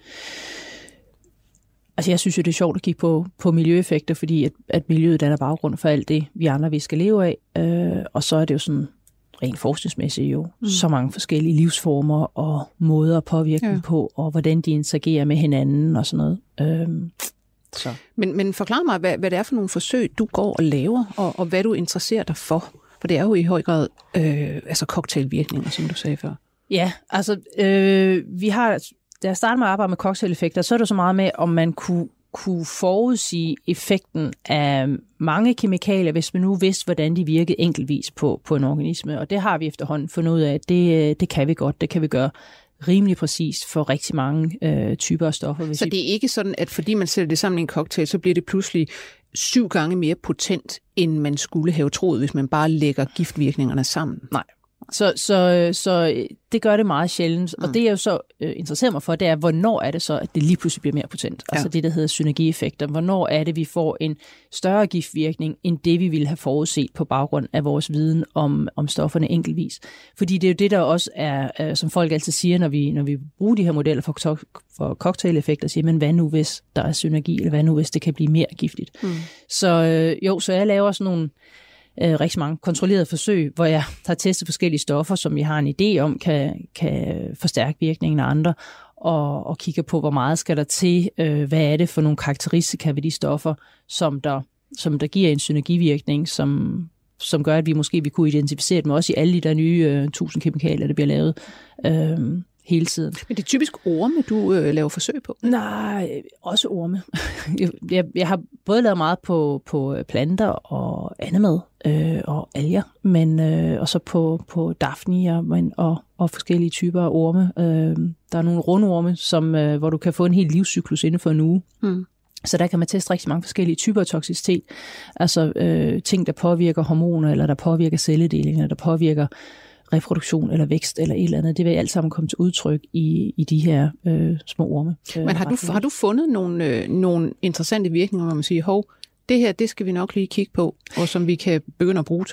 altså jeg synes jo, det er sjovt at kigge på, på miljøeffekter, fordi at, at miljøet danner baggrund for alt det, vi andre vi skal leve af. Øh, og så er det jo sådan rent forskningsmæssigt jo mm. så mange forskellige livsformer og måder at påvirke ja. dem på, og hvordan de interagerer med hinanden og sådan noget. Øh, så. Men, men forklar mig, hvad, hvad det er for nogle forsøg, du går og laver, og, og hvad du interesserer dig for. For det er jo i høj grad øh, altså cocktailvirkninger, som du sagde før. Ja, altså øh, vi har... Da jeg startede med at arbejde med cocktaileffekter, så er det så meget med, om man kunne, kunne forudsige effekten af mange kemikalier, hvis man nu vidste, hvordan de virkede enkeltvis på, på en organisme. Og det har vi efterhånden fundet ud af, at det, det kan vi godt. Det kan vi gøre rimelig præcist for rigtig mange øh, typer af stoffer. Hvis så det er ikke sådan, at fordi man sætter det sammen i en cocktail, så bliver det pludselig syv gange mere potent, end man skulle have troet, hvis man bare lægger giftvirkningerne sammen? Nej. Så, så, så det gør det meget sjældent, mm. og det jeg jo så øh, interesserer mig for, det er, hvornår er det så, at det lige pludselig bliver mere potent? Ja. Altså det, der hedder synergieffekter. Hvornår er det, vi får en større giftvirkning, end det, vi ville have forudset på baggrund af vores viden om, om stofferne enkeltvis? Fordi det er jo det, der også er, øh, som folk altid siger, når vi, når vi bruger de her modeller for, for cocktaileffekter, siger, men hvad nu, hvis der er synergi, eller hvad nu, hvis det kan blive mere giftigt? Mm. Så øh, jo, så jeg laver sådan nogle Øh, rigtig mange kontrollerede forsøg, hvor jeg har testet forskellige stoffer, som jeg har en idé om, kan, kan forstærke virkningen af andre, og, og kigger på, hvor meget skal der til, øh, hvad er det for nogle karakteristika ved de stoffer, som der, som der giver en synergivirkning, som, som gør, at vi måske vi kunne identificere dem også i alle de der nye øh, tusind kemikalier, der bliver lavet øh, hele tiden. Men det er typisk orme, du øh, laver forsøg på? Nej, også orme. jeg, jeg har både lavet meget på, på planter og andemad øh, og alger, men øh, også på, på daphnier men, og, og forskellige typer af orme. Øh, der er nogle rundorme, som, øh, hvor du kan få en hel livscyklus inden for en uge. Mm. Så der kan man teste rigtig mange forskellige typer af toksicitet. Altså øh, ting, der påvirker hormoner, eller der påvirker celledeling, eller der påvirker reproduktion eller vækst eller et eller andet. Det vil alt sammen komme til udtryk i, i de her øh, små orme. Men har du, har du fundet nogle, øh, nogle interessante virkninger, hvor man siger, hov, det her, det skal vi nok lige kigge på, og som vi kan begynde at bruge til noget?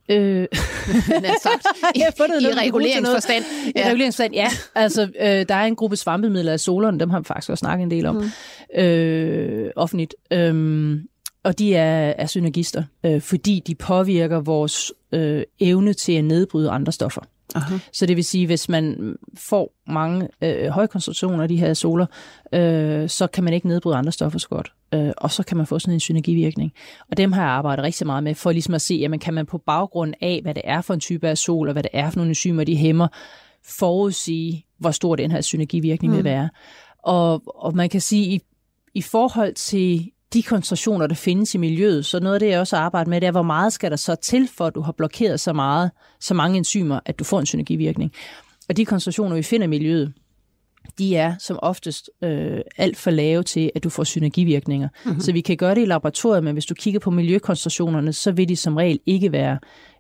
Øh. sagt, i, i reguleringsforstand. Ja. I reguleringsforstand, ja. Altså, øh, der er en gruppe svampemidler af solerne, dem har vi faktisk også snakket en del om, mm. øh, offentligt. Øhm, og de er, er synergister, øh, fordi de påvirker vores øh, evne til at nedbryde andre stoffer. Aha. Så det vil sige, hvis man får mange øh, høje koncentrationer af de her soler, øh, så kan man ikke nedbryde andre stoffer så godt. Øh, og så kan man få sådan en synergivirkning. Og dem har jeg arbejdet rigtig meget med, for ligesom at se, jamen, kan man på baggrund af, hvad det er for en type af sol, og hvad det er for nogle enzymer, de hæmmer, forudsige, hvor stor den her synergivirkning mm. vil være. Og, og man kan sige, i, i forhold til de koncentrationer, der findes i miljøet, så noget af det, jeg også arbejder med, det er, hvor meget skal der så til, for at du har blokeret så meget, så mange enzymer, at du får en synergivirkning. Og de koncentrationer, vi finder i miljøet, de er som oftest øh, alt for lave til, at du får synergivirkninger. Mm-hmm. Så vi kan gøre det i laboratoriet, men hvis du kigger på miljøkoncentrationerne, så vil de som regel ikke være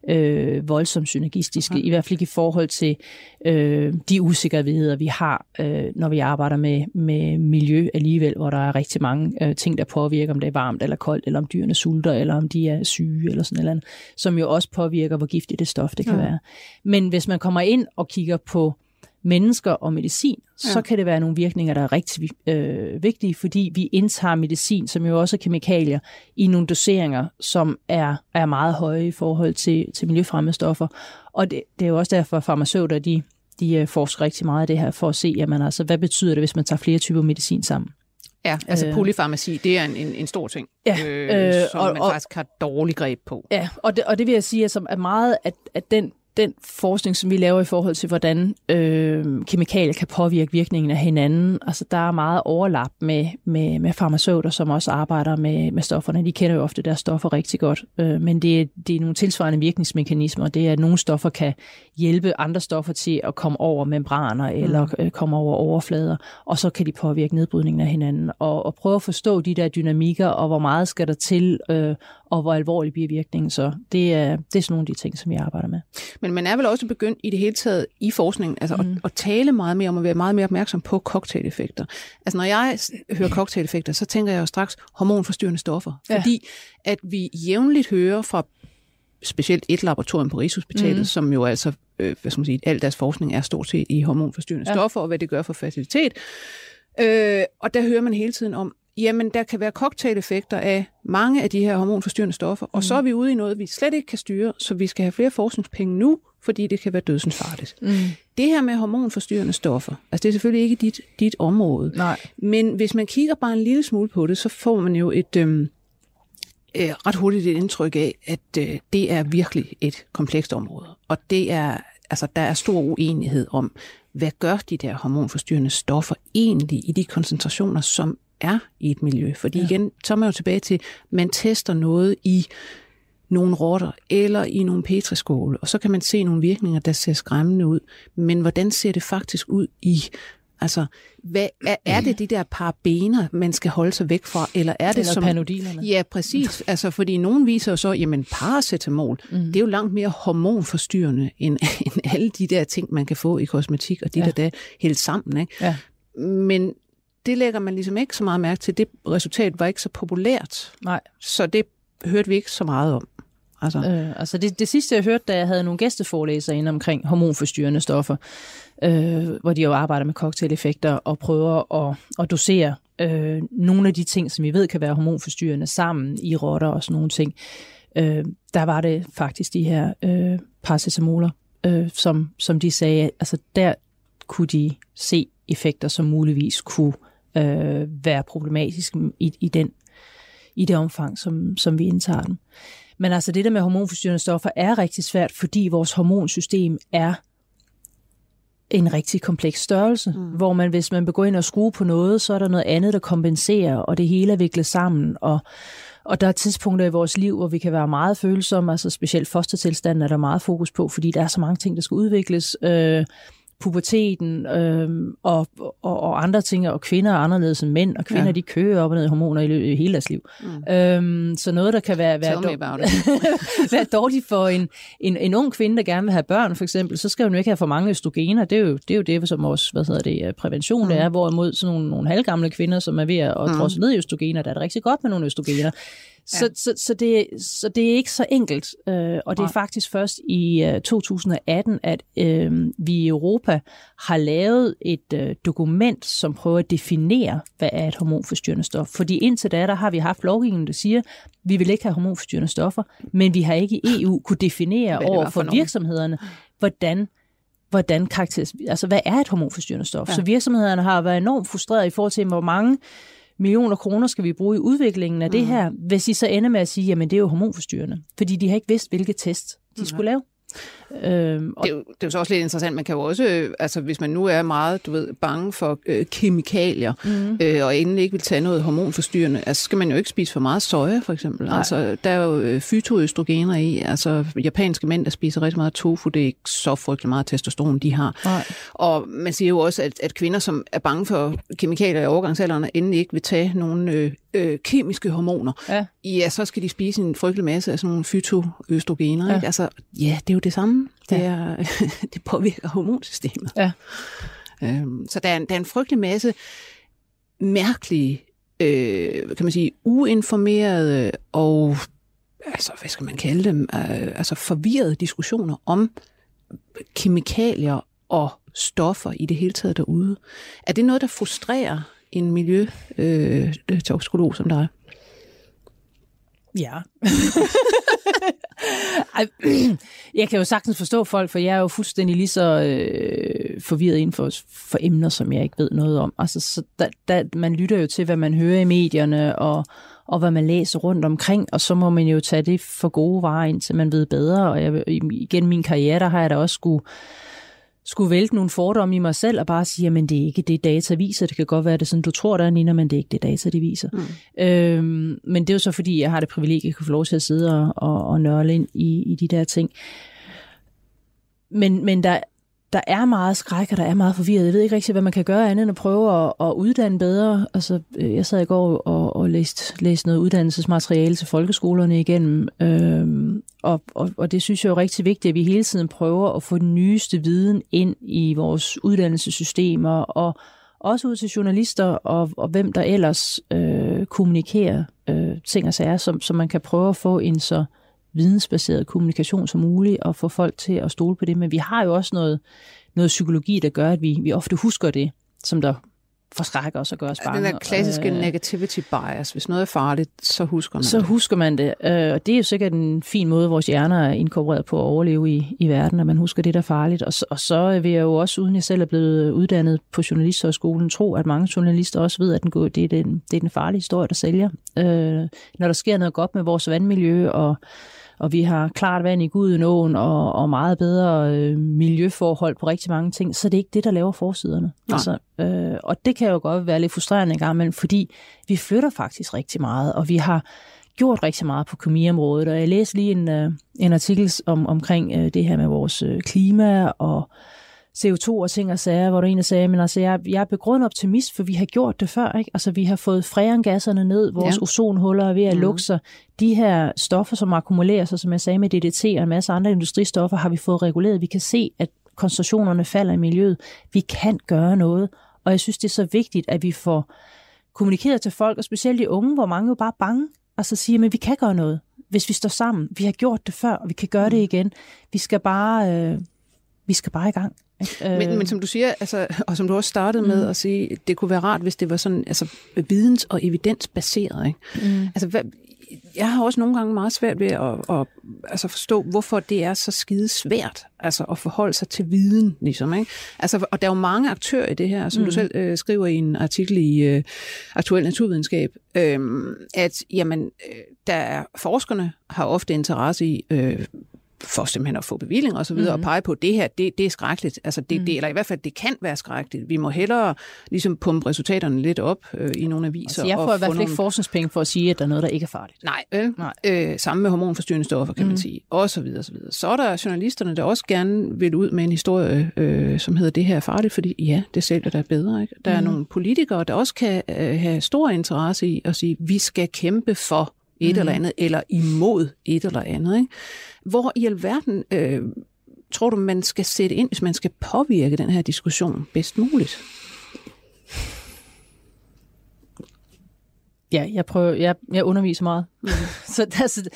øh, voldsomt synergistiske, mm-hmm. i hvert fald ikke i forhold til øh, de usikkerheder, vi har, øh, når vi arbejder med, med miljø alligevel, hvor der er rigtig mange øh, ting, der påvirker, om det er varmt eller koldt, eller om dyrene sulter, eller om de er syge, eller sådan noget andet, som jo også påvirker, hvor giftigt det stof det kan mm. være. Men hvis man kommer ind og kigger på mennesker og medicin, ja. så kan det være nogle virkninger, der er rigtig øh, vigtige, fordi vi indtager medicin, som jo også er kemikalier, i nogle doseringer, som er, er meget høje i forhold til, til miljøfremmede stoffer. Og det, det er jo også derfor, at farmaceuter, de, de forsker rigtig meget af det her, for at se, jamen, altså, hvad betyder det, hvis man tager flere typer medicin sammen. Ja, altså polyfarmaci, det er en, en, en stor ting, ja, øh, som og, man og, faktisk har dårlig greb på. Ja, og det, og det vil jeg sige, altså, at meget at, at den Den forskning, som vi laver i forhold til, hvordan øh, kemikalier kan påvirke virkningen af hinanden, altså der er meget overlap med, med, med farmaceuter, som også arbejder med, med stofferne. De kender jo ofte deres stoffer rigtig godt, øh, men det er, det er nogle tilsvarende virkningsmekanismer. Det er, at nogle stoffer kan hjælpe andre stoffer til at komme over membraner eller øh, komme over overflader, og så kan de påvirke nedbrydningen af hinanden. Og, og prøve at forstå de der dynamikker, og hvor meget skal der til, øh, og hvor alvorlig bliver virkningen så. Det er, det er sådan nogle af de ting, som jeg arbejder med. Men man er vel også begyndt i det hele taget i forskningen altså mm. at, at tale meget mere om at være meget mere opmærksom på cocktaileffekter. Altså når jeg hører cocktaileffekter, så tænker jeg jo straks hormonforstyrrende stoffer. Ja. Fordi at vi jævnligt hører fra specielt et laboratorium på Rigshospitalet, mm. som jo altså, øh, hvad skal man sige, al deres forskning er stort set i hormonforstyrrende ja. stoffer, og hvad det gør for fertilitet. Øh, og der hører man hele tiden om, jamen, der kan være cocktaileffekter af mange af de her hormonforstyrrende stoffer, og mm. så er vi ude i noget, vi slet ikke kan styre, så vi skal have flere forskningspenge nu, fordi det kan være dødsensfarligt. Mm. Det her med hormonforstyrrende stoffer, altså det er selvfølgelig ikke dit, dit område, Nej. men hvis man kigger bare en lille smule på det, så får man jo et øhm, øh, ret hurtigt et indtryk af, at øh, det er virkelig et komplekst område, og det er, altså, der er stor uenighed om, hvad gør de der hormonforstyrrende stoffer egentlig i de koncentrationer, som er i et miljø. Fordi ja. igen, så er man jo tilbage til, man tester noget i nogle rotter eller i nogle petriskåle, og så kan man se nogle virkninger, der ser skræmmende ud. Men hvordan ser det faktisk ud i, altså, hvad, er, er det de der parabener, man skal holde sig væk fra, eller er det eller som... panodilerne. Ja, præcis. Altså, fordi nogen viser jo så, jamen paracetamol, mm. det er jo langt mere hormonforstyrrende, end, end alle de der ting, man kan få i kosmetik, og de ja. der der helt sammen, ikke? Ja. Men det lægger man ligesom ikke så meget mærke til. Det resultat var ikke så populært. Nej. Så det hørte vi ikke så meget om. Altså, øh, altså det, det sidste, jeg hørte, da jeg havde nogle gæsteforelæsere inde omkring hormonforstyrrende stoffer, øh, hvor de jo arbejder med cocktaileffekter og prøver at, at dosere øh, nogle af de ting, som vi ved kan være hormonforstyrrende sammen i rotter og sådan nogle ting. Øh, der var det faktisk de her øh, paracetamoler, øh, som, som de sagde, altså der kunne de se effekter, som muligvis kunne øh, være problematiske i, i, den, i det omfang, som, som vi indtager dem. Men altså det der med hormonforstyrrende stoffer er rigtig svært, fordi vores hormonsystem er en rigtig kompleks størrelse, mm. hvor man, hvis man begynder ind og skrue på noget, så er der noget andet, der kompenserer, og det hele er viklet sammen, og Og der er tidspunkter i vores liv, hvor vi kan være meget følsomme, altså specielt fostertilstanden er der meget fokus på, fordi der er så mange ting, der skal udvikles. Øh, puberteten øh, og, og, og andre ting, og kvinder er anderledes end mænd, og kvinder ja. de kører op og ned i hormoner i, i hele deres liv. Mm. Øhm, så noget, der kan være, være, dår- være dårligt for en, en, en ung kvinde, der gerne vil have børn, for eksempel, så skal hun jo ikke have for mange østrogener. Det er jo det, er jo det som vores hvad hedder det, prævention mm. det er, hvorimod sådan nogle, nogle halvgamle kvinder, som er ved at mm. drosse ned i østrogener, der er det rigtig godt med nogle østrogener. Så, så, så, det, så det er ikke så enkelt, øh, og det er faktisk først i øh, to tusind og atten, at øh, vi i Europa har lavet et øh, dokument, som prøver at definere, hvad er et hormonforstyrrende stof. Fordi indtil da, der har vi haft lovgivning, der siger, at vi vil ikke have hormonforstyrrende stoffer, men vi har ikke i E U kunne definere over for, for virksomhederne, hvordan hvordan karakter, altså hvad er et hormonforstyrrende stof. Ja. Så virksomhederne har været enormt frustreret i forhold til, hvor mange millioner kroner skal vi bruge i udviklingen af mm. det her, hvis I så ender med at sige, jamen det er jo hormonforstyrrende, fordi de har ikke vidst, hvilke test de mm. skulle lave. Øhm, det, er jo, det er jo så også lidt interessant. Man kan jo også, øh, altså hvis man nu er meget, du ved, bange for øh, kemikalier, mm. øh, og endelig ikke vil tage noget hormonforstyrrende, altså skal man jo ikke spise for meget soja, for eksempel. Nej. Altså der er jo øh, fytoøstrogener i, altså japanske mænd, der spiser rigtig meget tofu, det er ikke så frygtelig meget testosteron, de har. Nej. Og man siger jo også, at, at kvinder, som er bange for kemikalier i overgangsalderen, endelig ikke vil tage nogle øh, øh, kemiske hormoner, ja. ja, så skal de spise en frygtelig masse af sådan nogle fytoøstrogener. Ja. Ikke? Altså, ja, det er jo det samme. Det, er, det påvirker hormonsystemet. Ja. Øhm, så der er, en, der er en frygtelig masse mærkelige, øh, kan man sige, uinformerede og, altså, hvad skal man kalde dem, øh, altså forvirrede diskussioner om kemikalier og stoffer i det hele taget derude. Er det noget, der frustrerer en miljøtoksikolog øh, som dig? Ja. Jeg kan jo sagtens forstå folk, for jeg er jo fuldstændig lige så øh, forvirret inden for, for emner, som jeg ikke ved noget om. Altså, så da, da, man lytter jo til, hvad man hører i medierne, og, og hvad man læser rundt omkring, og så må man jo tage det for gode varer, indtil man ved bedre. Og jeg, igen min karriere, der har jeg da også skulle skulle vælte nogle fordomme i mig selv og bare sige, jamen det er ikke det, data viser. Det kan godt være, det er sådan, du tror, der er, Nina, men det er ikke det, data de viser. Mm. Øhm, men det er jo så, fordi jeg har det privilegie, at kunne få lov til at sidde og, og, og nørle ind i, i de der ting. Men, men der, der er meget skræk, og der er meget forvirret. Jeg ved ikke rigtig, hvad man kan gøre andet end at prøve at, at uddanne bedre. Altså, jeg sad i går og, og læste, læste noget uddannelsesmateriale til folkeskolerne igennem, øhm, og, og, og det synes jeg er rigtig vigtigt, at vi hele tiden prøver at få den nyeste viden ind i vores uddannelsessystemer, og også ud til journalister, og, og hvem der ellers øh, kommunikerer øh, ting og sager, som, som man kan prøve at få en så vidensbaseret kommunikation som muligt, og få folk til at stole på det. Men vi har jo også noget, noget psykologi, der gør, at vi, vi ofte husker det, som der forskrækker os og gør os bange. Den der klassiske øh, negativity bias. Hvis noget er farligt, så husker man så det. Så husker man det. Og det er jo sikkert en fin måde, vores hjerner er inkorporeret på at overleve i, i verden, at man husker det, der er farligt. Og så, og så vil jeg jo også, uden jeg selv er blevet uddannet på Journalisthøjskolen, tro, at mange journalister også ved, at den går, det, er den, det er den farlige historie, der sælger. Øh, når der sker noget godt med vores vandmiljø, og og vi har klart vand i Gudenåen og, og meget bedre øh, miljøforhold på rigtig mange ting, så det er ikke det, der laver forsiderne. Altså, øh, og det kan jo godt være lidt frustrerende en gang imellem, fordi vi flytter faktisk rigtig meget, og vi har gjort rigtig meget på kemiområdet, og jeg læste lige en, øh, en artikel om, omkring øh, det her med vores øh, klima og C O to og ting og sager, hvor der en, der sagde, men altså, jeg, jeg er begrundet optimist, for vi har gjort det før, ikke? Altså, vi har fået freongasserne ned, vores ja. ozonhuller er ved at lukke sig. De her stoffer, som akkumulerer sig, som jeg sagde med D D T og en masse andre industristoffer, har vi fået reguleret. Vi kan se, at koncentrationerne falder i miljøet. Vi kan gøre noget, og jeg synes, det er så vigtigt, at vi får kommunikeret til folk, og specielt de unge, hvor mange jo bare er bange, og så siger, men vi kan gøre noget, hvis vi står sammen. Vi har gjort det før, og vi kan gøre det igen. Vi skal bare, øh, vi skal bare i gang. Men, men som du siger, altså, og som du også startede med mm. at sige, det kunne være rart, hvis det var sådan, altså videns- og evidensbaseret. Ikke? Mm. Altså, hvad, jeg har også nogle gange meget svært ved at, at altså forstå, hvorfor det er så skide svært, altså at forholde sig til viden, ligesom, ikke? Altså, og der er jo mange aktører i det her, som mm. du selv øh, skriver i en artikel i øh, Aktuel Naturvidenskab, øh, at jamen, øh, der er forskerne har ofte interesse i øh, for simpelthen at få bevillinger og så videre, mm-hmm. og pege på, at det her, det, det er skrækkeligt. Altså det, mm. det, eller i hvert fald, det kan være skrækkeligt. Vi må hellere ligesom pumpe resultaterne lidt op øh, i nogle aviser. Altså, jeg får i hvert fald nogle... ikke forskningspenge for at sige, at der er noget, der ikke er farligt. Nej, øh, Nej. Øh, samme med hormonforstyrrende stoffer, kan mm. man sige, og så videre, så videre. Så er der journalisterne, der også gerne vil ud med en historie, øh, som hedder, det her er farligt, fordi ja, det sælger der bedre. Ikke? Der mm. er nogle politikere, der også kan øh, have stor interesse i at sige, vi skal kæmpe for et mm. eller andet, eller imod et eller andet. Ikke? Hvor i alverden øh, tror du, man skal sætte ind, hvis man skal påvirke den her diskussion bedst muligt? Ja, jeg prøver, jeg, jeg underviser meget. Mm. så altså,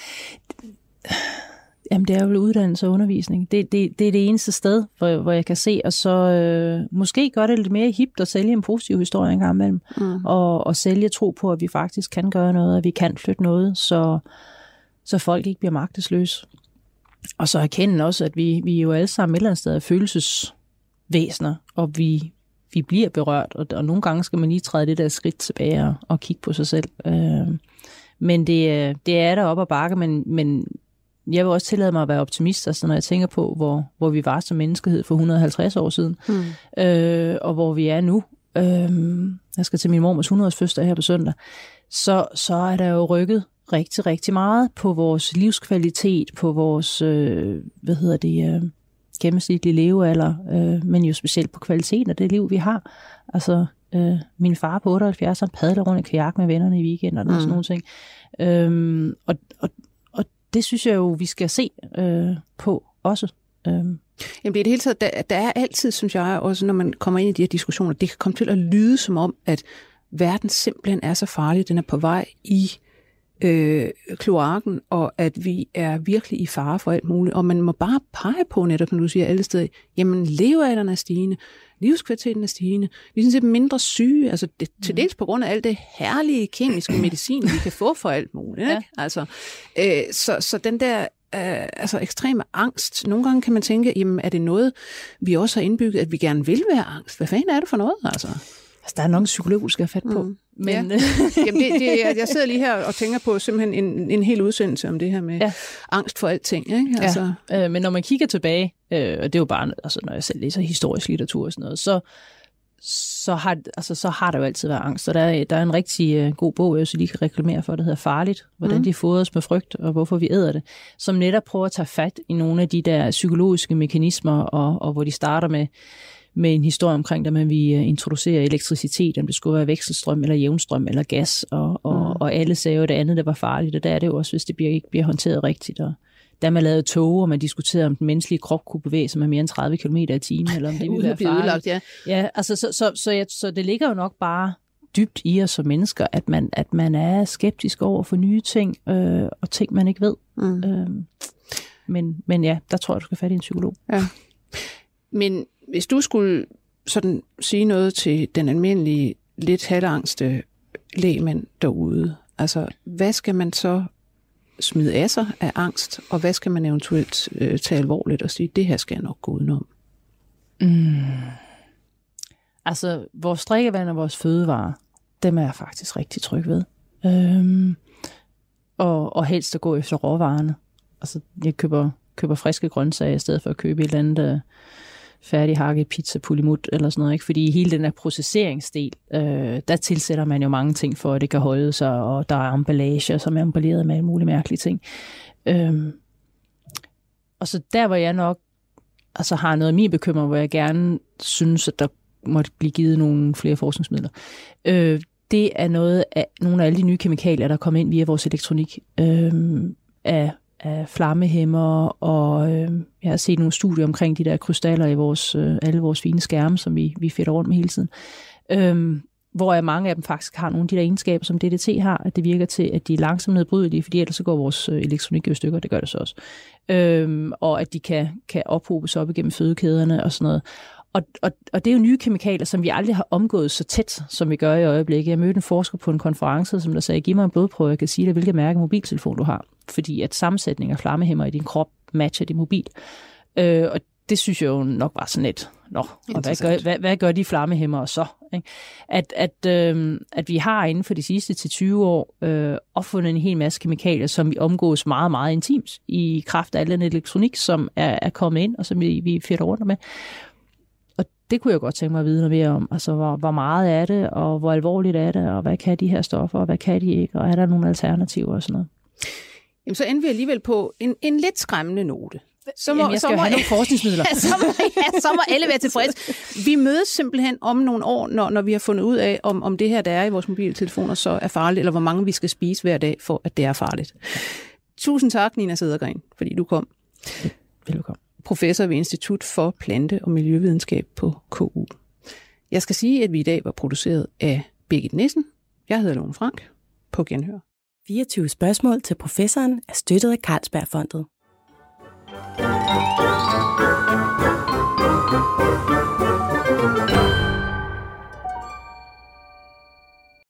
jamen, det er jo uddannelse og undervisning. Det, det, det er det eneste sted, hvor, hvor jeg kan se, og så øh, måske gør det lidt mere hipt at sælge en positiv historie en gang imellem, mm. og, og sælge tro på, at vi faktisk kan gøre noget, at vi kan flytte noget, så, så folk ikke bliver magtesløse. Og så erkende også, at vi, vi er jo alle sammen et eller andet sted af følelsesvæsener, og vi, vi bliver berørt, og, og nogle gange skal man lige træde det der skridt tilbage og, og kigge på sig selv. Øh, men det, det er der op ad bakke, men, men jeg vil også tillade mig at være optimist, altså når jeg tænker på, hvor, hvor vi var som menneskehed for et hundrede og halvtreds år siden, mm. øh, og hvor vi er nu. Øh, jeg skal til min mormors hundrede-års fødselsdag her på søndag. Så, så er der jo rykket rigtig, rigtig meget på vores livskvalitet, på vores, øh, hvad hedder det, øh, gennemsnitlige levealder, øh, men jo specielt på kvaliteten af det liv, vi har. Altså, øh, min far på otteoghalvfjerds, han padler rundt i kajak med vennerne i weekenden og mm. sådan nogle ting. Øh, og, og, og det synes jeg jo, vi skal se øh, på også. Øh. Jamen det er det hele taget, der, der er altid, synes jeg, også når man kommer ind i de her diskussioner, det kan komme til at lyde som om, at verden simpelthen er så farlig, den er på vej i øh, kloakken, og at vi er virkelig i fare for alt muligt. Og man må bare pege på netop, når du siger alle steder, jamen levealderen er stigende, livskvaliteten er stigende, vi er sådan set mindre syge, altså det, til dels på grund af alt det herlige kemiske medicin, vi kan få for alt muligt. Ikke? Ja. Altså, øh, så, så den der øh, altså ekstreme angst, nogle gange kan man tænke, jamen er det noget, vi også har indbygget, at vi gerne vil være angst? Hvad fanden er det for noget, altså? Altså, der er nok en psykolog, du skal have fat på. Mm. Men ja. Jamen, det, det, jeg sidder lige her og tænker på simpelthen en, en hel udsendelse om det her med ja. angst for alting. Ikke? Altså. Ja. Øh, men når man kigger tilbage, øh, og det er jo bare, altså, når jeg selv læser historisk litteratur og sådan noget, så, så, har, altså, så har der jo altid været angst. Og der er, der er en rigtig uh, god bog, jeg også lige kan reklamere for, der hedder Farligt. Hvordan mm. de fodres med frygt, og hvorfor vi æder det. Som netop prøver at tage fat i nogle af de der psykologiske mekanismer, og, og hvor de starter med med en historie omkring, der man vi introducerer elektricitet, om det skulle være vekselstrøm, eller jævnstrøm, eller gas, og, og, mm. og alle sagde jo det andet, der var farligt, og der er det jo også, hvis det bliver, ikke bliver håndteret rigtigt. Og da man lavede tog, og man diskuterede, om den menneskelige krop kunne bevæge sig med mere end tredive kilometer i timen, eller om det ville være farligt. Udlagt, ja. Ja, altså, så, så, så, jeg, så det ligger jo nok bare dybt i os som mennesker, at man, at man er skeptisk over for nye ting, øh, og ting, man ikke ved. Mm. Øh, men, men ja, der tror jeg, du skal fat i en psykolog. Ja. Men hvis du skulle sådan sige noget til den almindelige, lidt halvangste lægmand derude, altså hvad skal man så smide af sig af angst, og hvad skal man eventuelt øh, tage alvorligt og sige, det her skal jeg nok gå udenom? Mm. Altså, vores drikkevand og vores fødevarer, dem er jeg faktisk rigtig tryg ved. Øhm, og, og helst at gå efter råvarerne. Altså, jeg køber, køber friske grøntsager i stedet for at købe et eller andet øh, færdighakket pizza pulimut eller sådan noget, ikke? Fordi hele den her processeringsdel, øh, der tilsætter man jo mange ting for, at det kan holde sig, og der er emballager, som er emballeret med alle mulige mærkelige ting. Øhm, og så der, hvor jeg nok altså har noget af min bekymring, hvor jeg gerne synes, at der måtte blive givet nogle flere forskningsmidler, øh, det er noget af nogle af alle de nye kemikalier, der er kommet ind via vores elektronik, øh, af af flammehæmmer, og øh, jeg har set nogle studier omkring de der krystaller i vores, øh, alle vores fine skærme, som vi, vi fedter rundt med hele tiden. Øhm, hvor jeg mange af dem faktisk har nogle af de der egenskaber, som D D T har, at det virker til, at de er langsomt nedbrydelige, fordi ellers så går vores øh, elektronik i stykker, det gør det så også. Øhm, og at de kan, kan ophobes op igennem fødekæderne og sådan noget. Og, og, og det er jo nye kemikalier, som vi aldrig har omgået så tæt, som vi gør i øjeblikket. Jeg mødte en forsker på en konference, som der sagde, giv mig en blodprøve, jeg kan sige dig, hvilket mærke mobiltelefon du har. Fordi at sammensætning af flammehæmmer i din krop matcher din mobil. Øh, og det synes jeg jo nok var sådan lidt, nå, og hvad gør, hvad, hvad gør de flammehæmmer så? Ikke? At, at, øh, at vi har inden for de sidste til tyve år øh, opfundet en hel masse kemikalier, som vi omgås meget, meget intimt i kraft af al den elektronik, som er, er kommet ind, og som vi, vi fedter rundt med. Og det kunne jeg godt tænke mig at vide noget mere om. Altså, hvor, hvor meget er det, og hvor alvorligt er det, og hvad kan de her stoffer, og hvad kan de ikke, og er der nogle alternativer og sådan noget? Jamen, så ender vi alligevel på en, en lidt skræmmende note. Så må, Jamen, jeg skal så må, have nogle forskningsmidler. ja, så, må, ja, så må alle være tilfreds. Vi mødes simpelthen om nogle år, når, når vi har fundet ud af, om, om det her, der er i vores mobiltelefoner, så er farligt, eller hvor mange vi skal spise hver dag, for at det er farligt. Tusind tak, Nina Cedergren, fordi du kom. Velkommen. Professor ved Institut for Plante- og Miljøvidenskab på K U. Jeg skal sige, at vi i dag var produceret af Birgit Nissen. Jeg hedder Lone Frank. På genhør. fireogtyve spørgsmål til professoren er støttet af Carlsbergfondet.